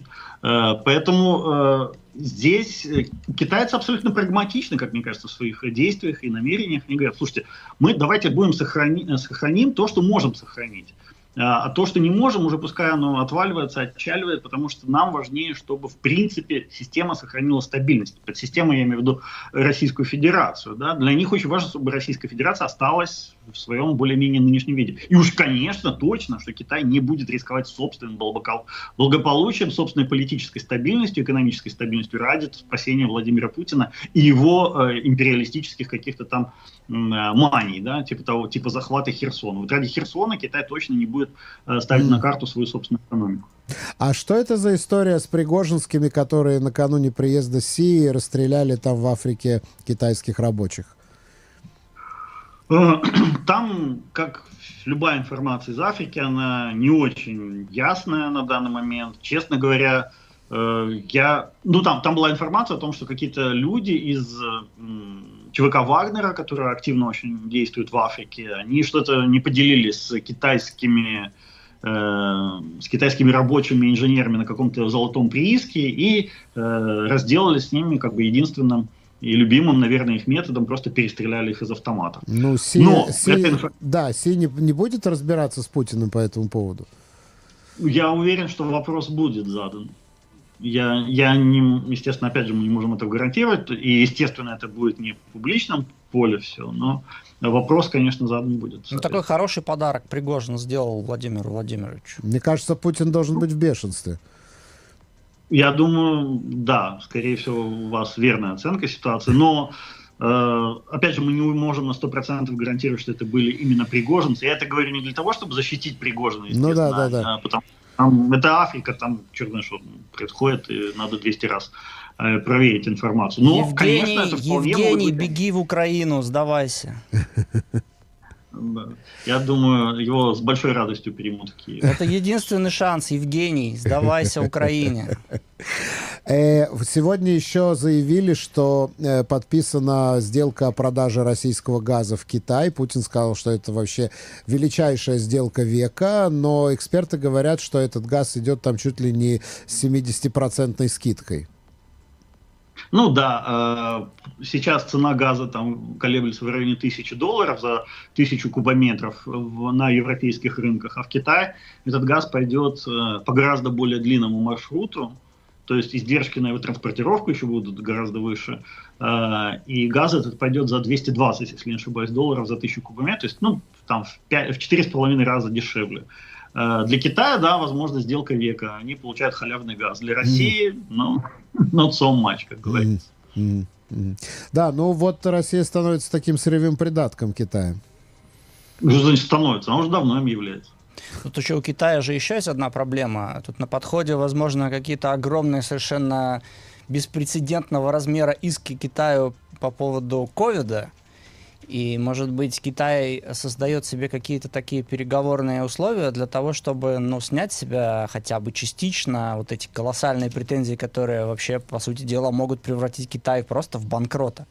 Поэтому здесь китайцы абсолютно прагматичны, как мне кажется, в своих действиях и намерениях. Они говорят, слушайте, мы давайте будем сохранить, сохраним то, что можем сохранить. А то, что не можем, уже пускай оно отваливается, отчаливает, потому что нам важнее, чтобы, в принципе, система сохранила стабильность. Под системой я имею в виду Российскую Федерацию. Да? Для них очень важно, чтобы Российская Федерация осталась в своем более-менее нынешнем виде. И уж, конечно, точно, что Китай не будет рисковать собственным благополучием, собственной политической стабильностью, экономической стабильностью ради спасения Владимира Путина и его э, империалистических каких-то там э, маний, да? типа, того, типа захвата Херсона. Вот ради Херсона Китай точно не будет ставить на карту свою собственную экономику. А что это за история с пригожинскими, которые накануне приезда Си расстреляли там в Африке китайских рабочих? Там, как любая информация из Африки, она не очень ясная на данный момент. Честно говоря, я... Ну, там, там была информация о том, что какие-то люди из ЧВК Вагнера, которые активно очень действуют в Африке, они что-то не поделились с китайскими, э, с китайскими рабочими инженерами на каком-то золотом прииске и э, разделали с ними как бы единственным и любимым, наверное, их методом, просто перестреляли их из автоматов. Ну, Си, Но Си, это... Да, Си не, не будет разбираться с Путиным по этому поводу? Я уверен, что вопрос будет задан. Я, я не, естественно, опять же, мы не можем этого гарантировать, и, естественно, это будет не в публичном поле все, но вопрос, конечно, задан будет. Ну, такой хороший подарок Пригожин сделал Владимиру Владимировичу. Мне кажется, Путин должен быть в бешенстве. Я думаю, да, скорее всего, у вас верная оценка ситуации, но, э, опять же, мы не можем на сто процентов гарантировать, что это были именно пригожинцы. Я это говорю не для того, чтобы защитить Пригожина, ну, да, да, да. потому что там, это Африка, там черт знает, что происходит, и надо двести раз э, проверить информацию. Но, Евгений, конечно, это вполне Евгений, быть... беги в Украину, сдавайся. Да. Я думаю, его с большой радостью примут в Киеве. Это единственный шанс, Евгений, сдавайся Украине. Сегодня еще заявили, что подписана сделка о продаже российского газа в Китай. Путин сказал, что это вообще величайшая сделка века, но эксперты говорят, что этот газ идет там чуть ли не с семидесятипроцентной скидкой. Ну да, э, сейчас цена газа там колеблется в районе тысячи долларов за тысячу кубометров в, на европейских рынках, а в Китае этот газ пойдет э, по гораздо более длинному маршруту, то есть издержки на его транспортировку еще будут гораздо выше, э, и газ этот пойдет за двести двадцать, если не ошибаюсь, долларов за тысячу кубометров, то есть ну, там в четыре с половиной раза дешевле. Для Китая, да, возможно, сделка века. Они получают халявный газ. Для России, mm. ну, not so much, как говорится. Mm. Mm. Да, ну вот Россия становится таким сырьевым придатком Китая. Что значит становится? Она уже давно им является. Тут еще у Китая же еще есть одна проблема. Тут на подходе, возможно, какие-то огромные, совершенно беспрецедентного размера иски Китаю по поводу ковида. И, может быть, Китай создает себе какие-то такие переговорные условия для того, чтобы, ну, снять с себя хотя бы частично вот эти колоссальные претензии, которые вообще, по сути дела, могут превратить Китай просто в банкрота.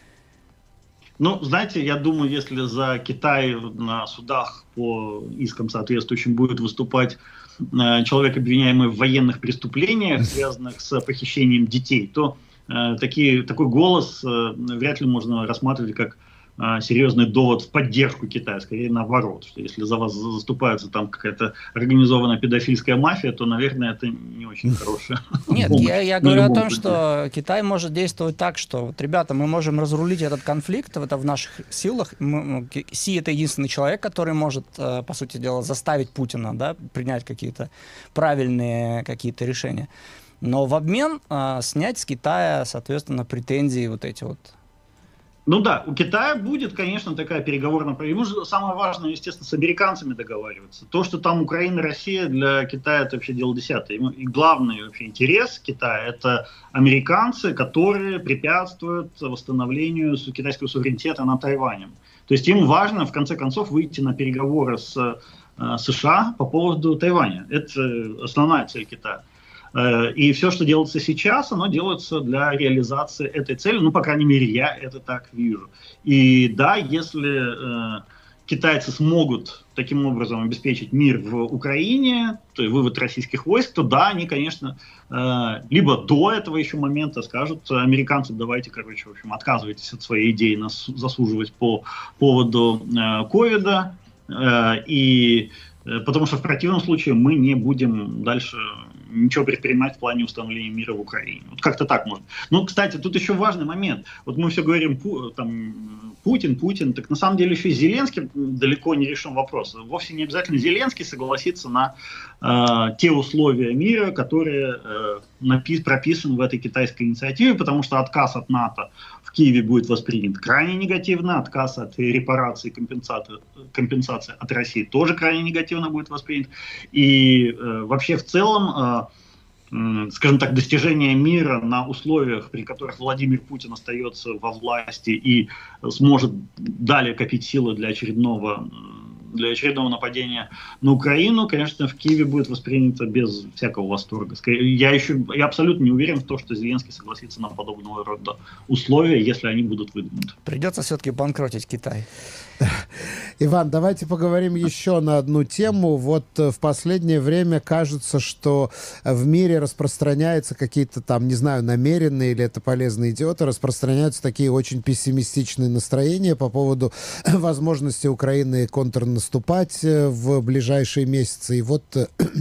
Ну, знаете, я думаю, если за Китай на судах по искам соответствующим будет выступать э, человек, обвиняемый в военных преступлениях, связанных с похищением детей, то э, такие, такой голос э, вряд ли можно рассматривать как серьезный довод в поддержку Китая, скорее наоборот, что если за вас заступается там какая-то организованная педофильская мафия, то, наверное, это не очень хорошая. Нет, я, я говорю о том, что Китай может действовать так, что, вот, ребята, мы можем разрулить этот конфликт, это в наших силах. Мы, Си это единственный человек, который может, по сути дела, заставить Путина, да, принять какие-то правильные какие-то решения. Но в обмен а, снять с Китая, соответственно, претензии вот эти вот. Ну да, у Китая будет, конечно, такая переговорная... Ему же самое важное, естественно, с американцами договариваться. То, что там Украина и Россия, для Китая это вообще дело десятое. И главный вообще интерес Китая — это американцы, которые препятствуют восстановлению китайского суверенитета над Тайванем. То есть им важно, в конце концов, выйти на переговоры с э, США по поводу Тайваня. Это основная цель Китая. И все, что делается сейчас, оно делается для реализации этой цели. Ну, по крайней мере, я это так вижу. И да, если э, китайцы смогут таким образом обеспечить мир в Украине, то есть вывод российских войск, то да, они, конечно, э, либо до этого еще момента скажут американцам: давайте, короче, в общем, отказывайтесь от своей идеи нас засуживать по поводу ковида. Э, и Потому что в противном случае мы не будем дальше ничего предпринимать в плане установления мира в Украине. Вот как-то так можно. Ну, кстати, тут еще важный момент. Вот мы все говорим, там, Путин, Путин, так на самом деле еще и Зеленский далеко не решен вопрос. Вовсе не обязательно Зеленский согласится на э, те условия мира, которые э, напис- прописаны в этой китайской инициативе, потому что отказ от НАТО в Киеве будет воспринят крайне негативно, отказ от репарации и компенсации, компенсации от России тоже крайне негативно будет воспринят. И э, вообще в целом, э, э, скажем так, достижение мира на условиях, при которых Владимир Путин остается во власти и сможет далее копить силы для очередного для очередного нападения на Украину, конечно, в Киеве будет воспринято без всякого восторга. Я еще я абсолютно не уверен в том, что Зеленский согласится на подобного рода условия, если они будут выдвинуты. Придется все-таки банкротить Китай. Иван, давайте поговорим еще на одну тему. Вот в последнее время кажется, что в мире распространяются какие-то там, не знаю, намеренные или это полезные идиоты, распространяются такие очень пессимистичные настроения по поводу возможности Украины контрнаступать в ближайшие месяцы. И вот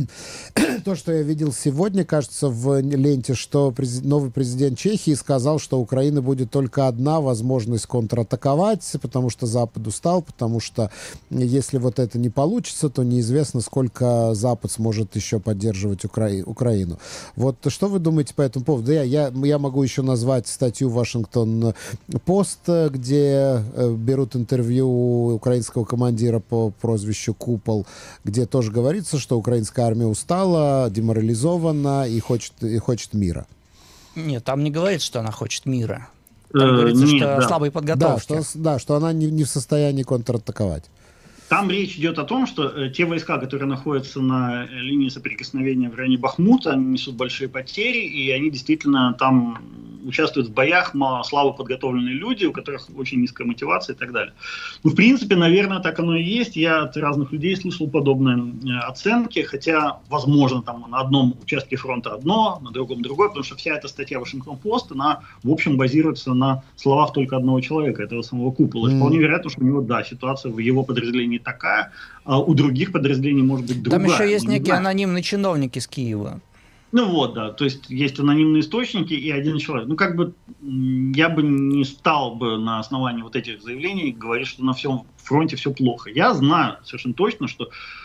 то, что я видел сегодня, кажется, в ленте, что новый президент Чехии сказал, что у Украины будет только одна возможность контратаковать, потому что Запад устал, потому что если вот это не получится, то неизвестно, сколько Запад сможет еще поддерживать Укра... Украину. Вот что вы думаете по этому поводу? Я, я, я могу еще назвать статью «Вашингтон-Пост», где э, берут интервью у украинского командира по прозвищу Купол, где тоже говорится, что украинская армия устала, деморализована и хочет, и хочет мира. Нет, там не говорится, что она хочет мира. Там Э, говорится, нет, что да. слабые Да, подготовки. что, да, что она не, не в состоянии контратаковать. Там речь идет о том, что э, те войска, которые находятся на э, линии соприкосновения в районе Бахмута, они несут большие потери, и они действительно там участвуют в боях слабо подготовленные люди, у которых очень низкая мотивация и так далее. Ну, в принципе, наверное, так оно и есть. Я от разных людей слышал подобные э, оценки, хотя, возможно, там на одном участке фронта одно, на другом другое, потому что вся эта статья Вашингтон-Пост, она, в общем, базируется на словах только одного человека, этого самого Купола. И вполне вероятно, что у него, да, ситуация в его подразделении такая, а у других подразделений может быть другая. Там еще есть Ну, не некие знаю. анонимные чиновники из Киева. Ну вот, да, то есть есть анонимные источники и один человек. Ну как бы м, я бы не стал бы на основании вот этих заявлений говорить, что на всем фронте все плохо. Я знаю совершенно точно, что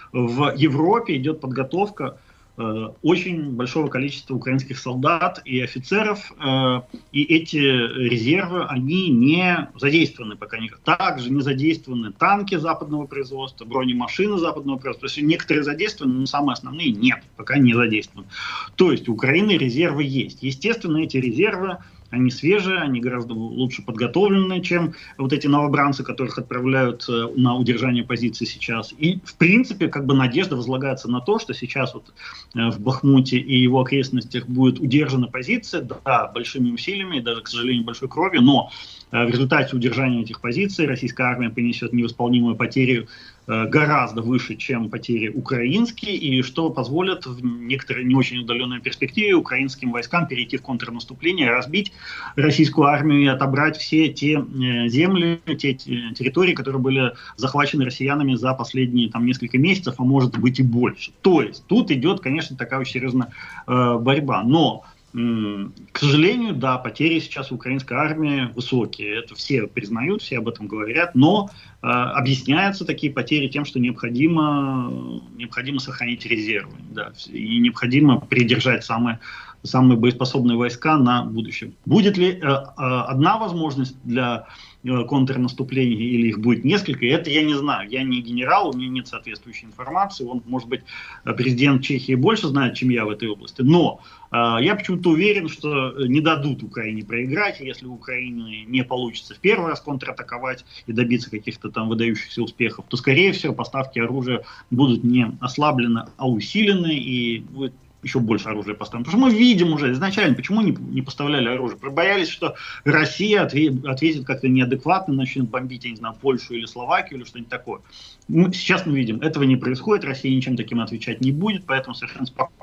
в Европе идет подготовка э, очень большого количества украинских солдат и офицеров, э, и эти резервы, они не задействованы пока никак. Также не задействованы танки западного производства, бронемашины западного производства. То есть некоторые задействованы, но самые основные нет, пока не задействованы. То есть у Украины резервы есть. Естественно, эти резервы, они свежие, они гораздо лучше подготовлены, чем вот эти новобранцы, которых отправляют э, на удержание позиций сейчас. И, в принципе, как бы надежда возлагается на то, что сейчас вот э, в Бахмуте и его окрестностях будет удержана позиция, да, большими усилиями, даже, к сожалению, большой кровью, но э, в результате удержания этих позиций российская армия понесет невосполнимую потерю э, гораздо выше, чем потери украинские, и что позволит в некоторой не очень удаленной перспективе украинским войскам перейти в контрнаступление, разбить российскую армию и отобрать все те э, земли, те те территории, которые были захвачены россиянами за последние там несколько месяцев, а может быть и больше. То есть тут идет, конечно, такая очень серьезная э, борьба. Но, м, к сожалению, да, потери сейчас у украинской армии высокие. Это все признают, все об этом говорят. Но э, объясняются такие потери тем, что необходимо, необходимо сохранить резервы. Да, и необходимо придержать самые самые боеспособные войска на будущее. Будет ли э, э, одна возможность для э, контрнаступления или их будет несколько, это я не знаю. Я не генерал, у меня нет соответствующей информации. Он, может быть, президент Чехии больше знает, чем я в этой области. Но э, я почему-то уверен, что не дадут Украине проиграть. Если у Украины не получится в первый раз контратаковать и добиться каких-то там выдающихся успехов, то, скорее всего, поставки оружия будут не ослаблены, а усилены, и будет еще больше оружия поставим. Потому что мы видим уже изначально, почему не, не поставляли оружие. Боялись, что Россия отве- ответит как-то неадекватно, начнет бомбить, я не знаю, Польшу или Словакию или что-нибудь такое. Мы, сейчас мы видим, этого не происходит, Россия ничем таким отвечать не будет, поэтому совершенно спокойно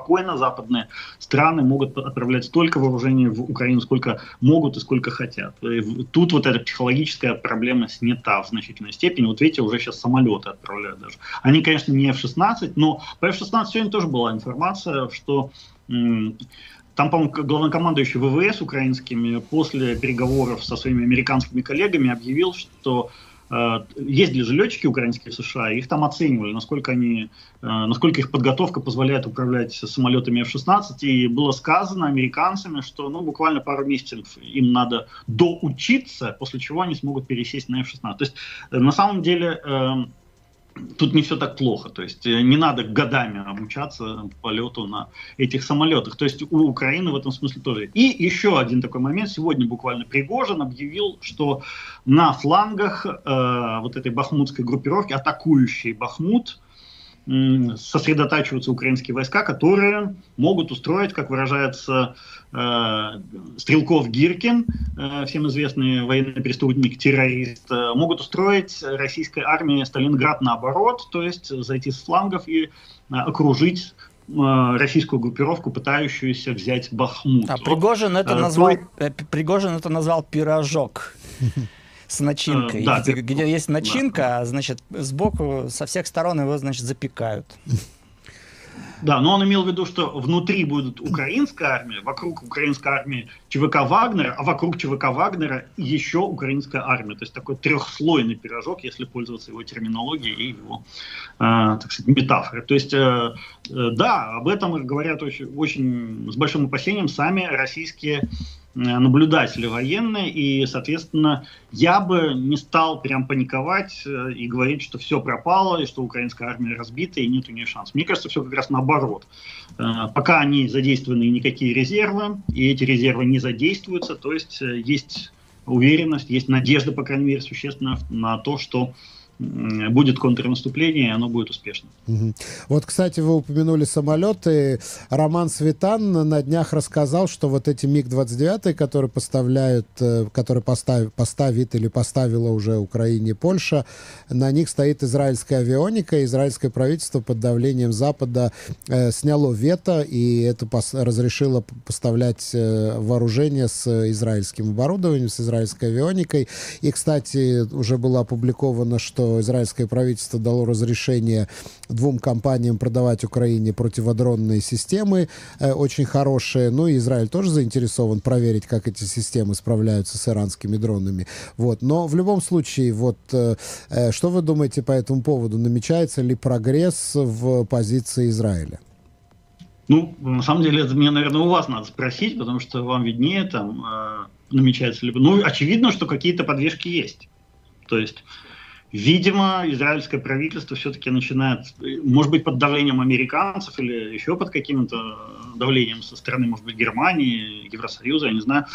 спокойно западные страны могут отправлять столько вооружений в Украину, сколько могут и сколько хотят. И тут вот эта психологическая проблема снята в значительной степени. Вот видите, уже сейчас самолеты отправляют даже. Они, конечно, не эф шестнадцать, но по эф шестнадцать сегодня тоже была информация, что м- там, по-моему, главнокомандующий вэ вэ эс украинскими после переговоров со своими американскими коллегами объявил, что э, ездили же летчики украинские в США, и их там оценивали, насколько они, э, насколько их подготовка позволяет управлять самолетами эф шестнадцать, и было сказано американцами, что ну, буквально пару месяцев им надо доучиться, после чего они смогут пересесть на эф шестнадцать. То есть, э, на самом деле... Э, Тут не все так плохо, то есть не надо годами обучаться полету на этих самолетах. То есть у Украины в этом смысле тоже. И еще один такой момент. Сегодня буквально Пригожин объявил, что на флангах э, вот этой бахмутской группировки, атакующей Бахмут, э, сосредотачиваются украинские войска, которые могут устроить, как выражается э, Стрелков Гиркин, э, всем известный военный преступник, террорист, э, могут устроить российской армии Сталинград наоборот, то есть зайти с флангов и э, окружить э, российскую группировку, пытающуюся взять Бахмут. А Пригожин это, э, назвал, то... э, Пригожин это назвал пирожок с начинкой. Э, да, где, где есть начинка, да. Значит, сбоку со всех сторон его, значит, запекают. Да, но он имел в виду, что внутри будет украинская армия, вокруг украинской армии ЧВК Вагнера, а вокруг ЧВК Вагнера еще украинская армия. То есть такой трехслойный пирожок, если пользоваться его терминологией и его, э, так сказать, метафорой. То есть, э, э, да, об этом говорят очень, очень с большим опасением сами российские наблюдатели военные, и, соответственно, я бы не стал прям паниковать э, и говорить, что все пропало, и что украинская армия разбита, и нет у нее шансов. Мне кажется, все как раз наоборот. Э, пока они задействованы никакие резервы, и эти резервы не задействуются, то есть э, есть уверенность, есть надежда, по крайней мере, существенно на то, что будет контрнаступление, и оно будет успешным. Угу. Вот, кстати, вы упомянули самолеты. Роман Светан на днях рассказал, что вот эти миг двадцать девять, которые поставляют, которые постав, поставит или поставила уже Украине Польша, на них стоит израильская авионика. Израильское правительство под давлением Запада э, сняло вето, и это пос, разрешило поставлять э, вооружение с израильским оборудованием, с израильской авионикой. И, кстати, уже было опубликовано, что израильское правительство дало разрешение двум компаниям продавать Украине противодронные системы, э, очень хорошие. Ну и Израиль тоже заинтересован проверить, как эти системы справляются с иранскими дронами. Вот. Но в любом случае, вот, э, э, что вы думаете по этому поводу? Намечается ли прогресс в позиции Израиля? Ну, на самом деле, это мне, наверное, у вас надо спросить, потому что вам виднее, там, э, намечается ли... Ну, очевидно, что какие-то подвижки есть. То есть... Видимо, израильское правительство все-таки начинает, может быть, под давлением американцев или еще под каким-то давлением со стороны, может быть, Германии, Евросоюза, я не знаю,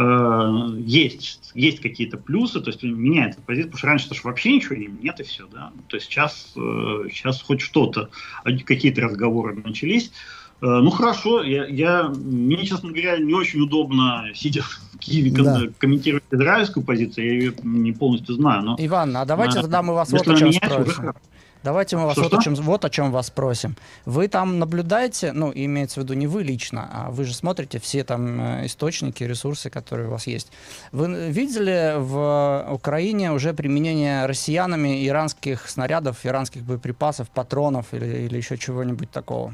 э, есть, есть какие-то плюсы, то есть меняется позиция, потому что раньше -то вообще ничего нет и все, да. То есть сейчас, э, сейчас хоть что-то, какие-то разговоры начались. Ну хорошо, я, я, мне, честно говоря, не очень удобно, сидя в Киеве, да. комментировать израильскую позицию, я ее не полностью знаю. Но, Иван, а давайте а, тогда мы вас вот о чем спросим. Давайте мы вас вот о, чем, вот о чем вас спросим. Вы там наблюдаете, ну, имеется в виду не вы лично, а вы же смотрите все там источники, ресурсы, которые у вас есть. Вы видели в Украине уже применение россиянами иранских снарядов, иранских боеприпасов, патронов или, или еще чего-нибудь такого?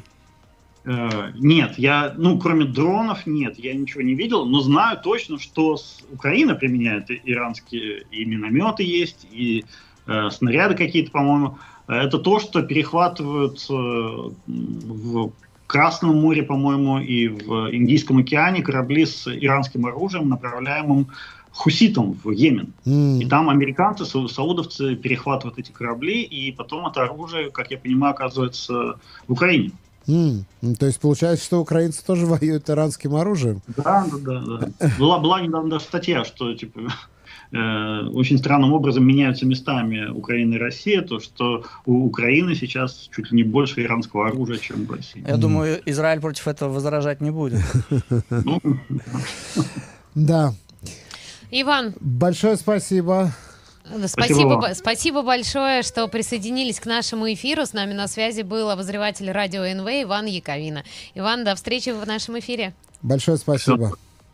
Нет, я, ну, кроме дронов, нет, я ничего не видел, но знаю точно, что Украина применяет иранские и минометы есть, и э, снаряды какие-то, по-моему. Это то, что перехватывают э, в Красном море, по-моему, и в Индийском океане корабли с иранским оружием, направляемым хуситам в Йемен. Mm. И там американцы, саудовцы перехватывают эти корабли, и потом это оружие, как я понимаю, оказывается в Украине. Mm. То есть получается, что украинцы тоже воюют иранским оружием? Да, да, да. да. Была, была недавно даже статья, что типа э, очень странным образом меняются местами Украина и Россия, то что у Украины сейчас чуть ли не больше иранского оружия, чем в России. Я mm. думаю, Израиль против этого возражать не будет. Да. Иван. Большое спасибо. Спасибо, спасибо, спасибо большое, что присоединились к нашему эфиру. С нами на связи был обозреватель радио эн вэ Иван Яковина. Иван, до встречи в нашем эфире. Большое спасибо.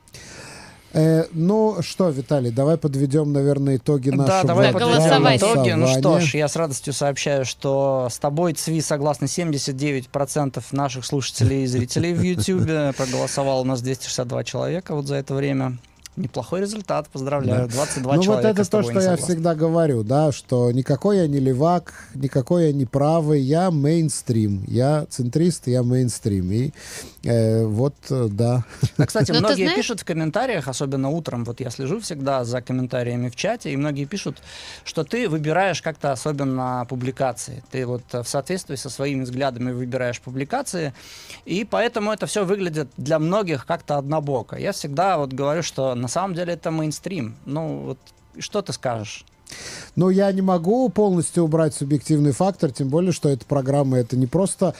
Э, ну что, Виталий, давай подведем, наверное, итоги нашего Да, давай подведем итоги. Ну что голосования. ж, я с радостью сообщаю, что с тобой, Цви, согласны семьдесят девять процентов наших слушателей и зрителей в Ютьюбе. Проголосовало у нас двести шестьдесят два человека вот за это время. Неплохой результат, поздравляю. двадцать два ну, человека. Вот это то, что я всегда говорю, да, что никакой я не левак, никакой я не правый, я мейнстрим, я центрист, я мейнстрим. И э, вот, да. А, кстати, Но многие знаешь... пишут в комментариях, особенно утром, вот я слежу всегда за комментариями в чате, и многие пишут, что ты выбираешь как-то особенно публикации. Ты вот в соответствии со своими взглядами выбираешь публикации, и поэтому это все выглядит для многих как-то однобоко. Я всегда вот говорю, что на самом деле это мейнстрим. Ну, вот что ты скажешь? Ну, я не могу полностью убрать субъективный фактор, тем более, что эта программа, это не просто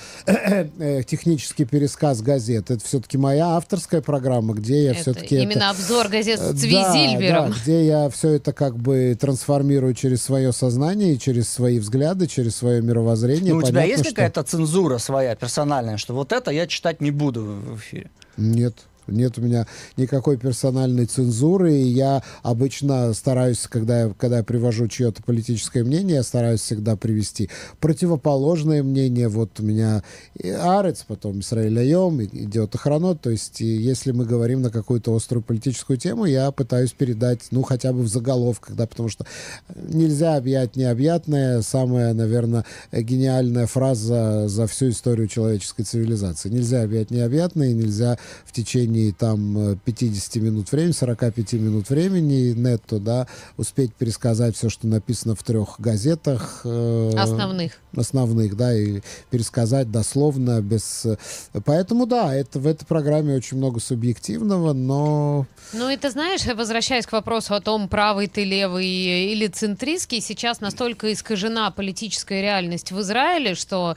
технический пересказ газет, это все-таки моя авторская программа, где я все-таки... Именно это... обзор газет с Цви да, Зильбером. Да, где я все это как бы трансформирую через свое сознание, через свои взгляды, через свое мировоззрение. Ну, у тебя есть что... какая-то цензура своя, персональная, что вот это я читать не буду в эфире? Нет. Нет у меня никакой персональной цензуры, и я обычно стараюсь, когда я, когда я привожу чье-то политическое мнение, я стараюсь всегда привести противоположное мнение. Вот у меня и Арец, потом Исраэль Айом, идет Охранот, то есть если мы говорим на какую-то острую политическую тему, я пытаюсь передать, ну, хотя бы в заголовках, да, потому что нельзя объять необъятное, самая, наверное, гениальная фраза за всю историю человеческой цивилизации. Нельзя объять необъятное, нельзя в течение там пятьдесят минут времени, сорок пять минут времени нетто, да, успеть пересказать все, что написано в трех газетах. Э, основных. Основных, да, и пересказать дословно, без... Поэтому, да, это, в этой программе очень много субъективного, но... Ну, и ты знаешь, возвращаясь к вопросу о том, правый ты, левый или центристский, сейчас настолько искажена политическая реальность в Израиле, что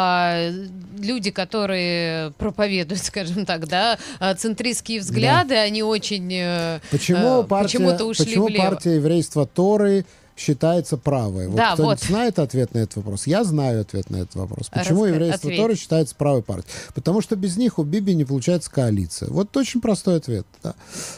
э, люди, которые проповедуют, скажем так, да, центристские взгляды, да. они очень э, почему партия, почему-то ушли почему влево. партия еврейства Торы считается правой? Вот да, кто-нибудь вот. знает ответ на этот вопрос? Я знаю ответ на этот вопрос. Почему Раска... еврейство ответь. Торы считается правой партией? Потому что без них у Биби не получается коалиция. Вот очень простой ответ. Да.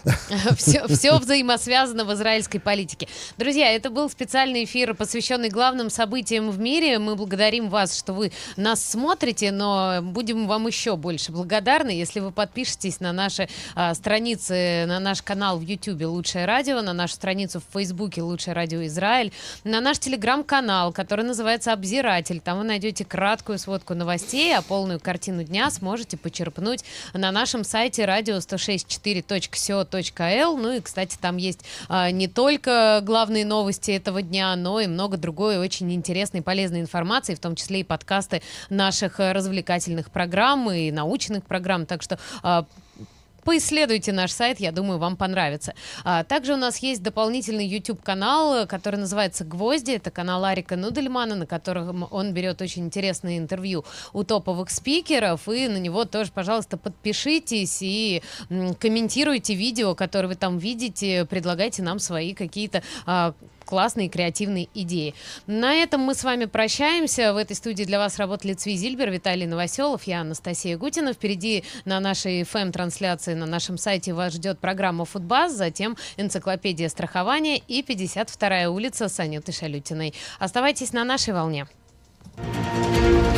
Все, все взаимосвязано в израильской политике. Друзья, это был специальный эфир, посвященный главным событиям в мире. Мы благодарим вас, что вы нас смотрите, но будем вам еще больше благодарны, если вы подпишетесь на наши а, страницы, на наш канал в Ютубе «Лучшее радио», на нашу страницу в Фейсбуке «Лучшее радио Израиль», на наш телеграм-канал, который называется «Обзиратель». Там вы найдете краткую сводку новостей, а полную картину дня сможете почерпнуть на нашем сайте радио сто шесть четыре точка си о точка эл. Ну и, кстати, там есть а, не только главные новости этого дня, но и много другой очень интересной и полезной информации, в том числе и подкасты наших развлекательных программ и научных программ. Так что а, поисследуйте наш сайт, я думаю, вам понравится. А, также у нас есть дополнительный YouTube-канал, который называется «Гвозди». Это канал Арика Нудельмана, на котором он берет очень интересные интервью у топовых спикеров. И на него тоже, пожалуйста, подпишитесь и м, комментируйте видео, которые вы там видите, предлагайте нам свои какие-то а, классные креативные идеи. На этом мы с вами прощаемся. В этой студии для вас работали Цви Зильбер, Виталий Новоселов, я Анастасия Гутина. Впереди на нашей эф эм-трансляции на нашем сайте вас ждет программа «Футбаз», затем энциклопедия страхования и пятьдесят вторая улица с Анютой Шалютиной. Оставайтесь на нашей волне.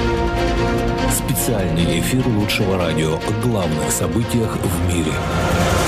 Специальный эфир лучшего радио о главных событиях в мире.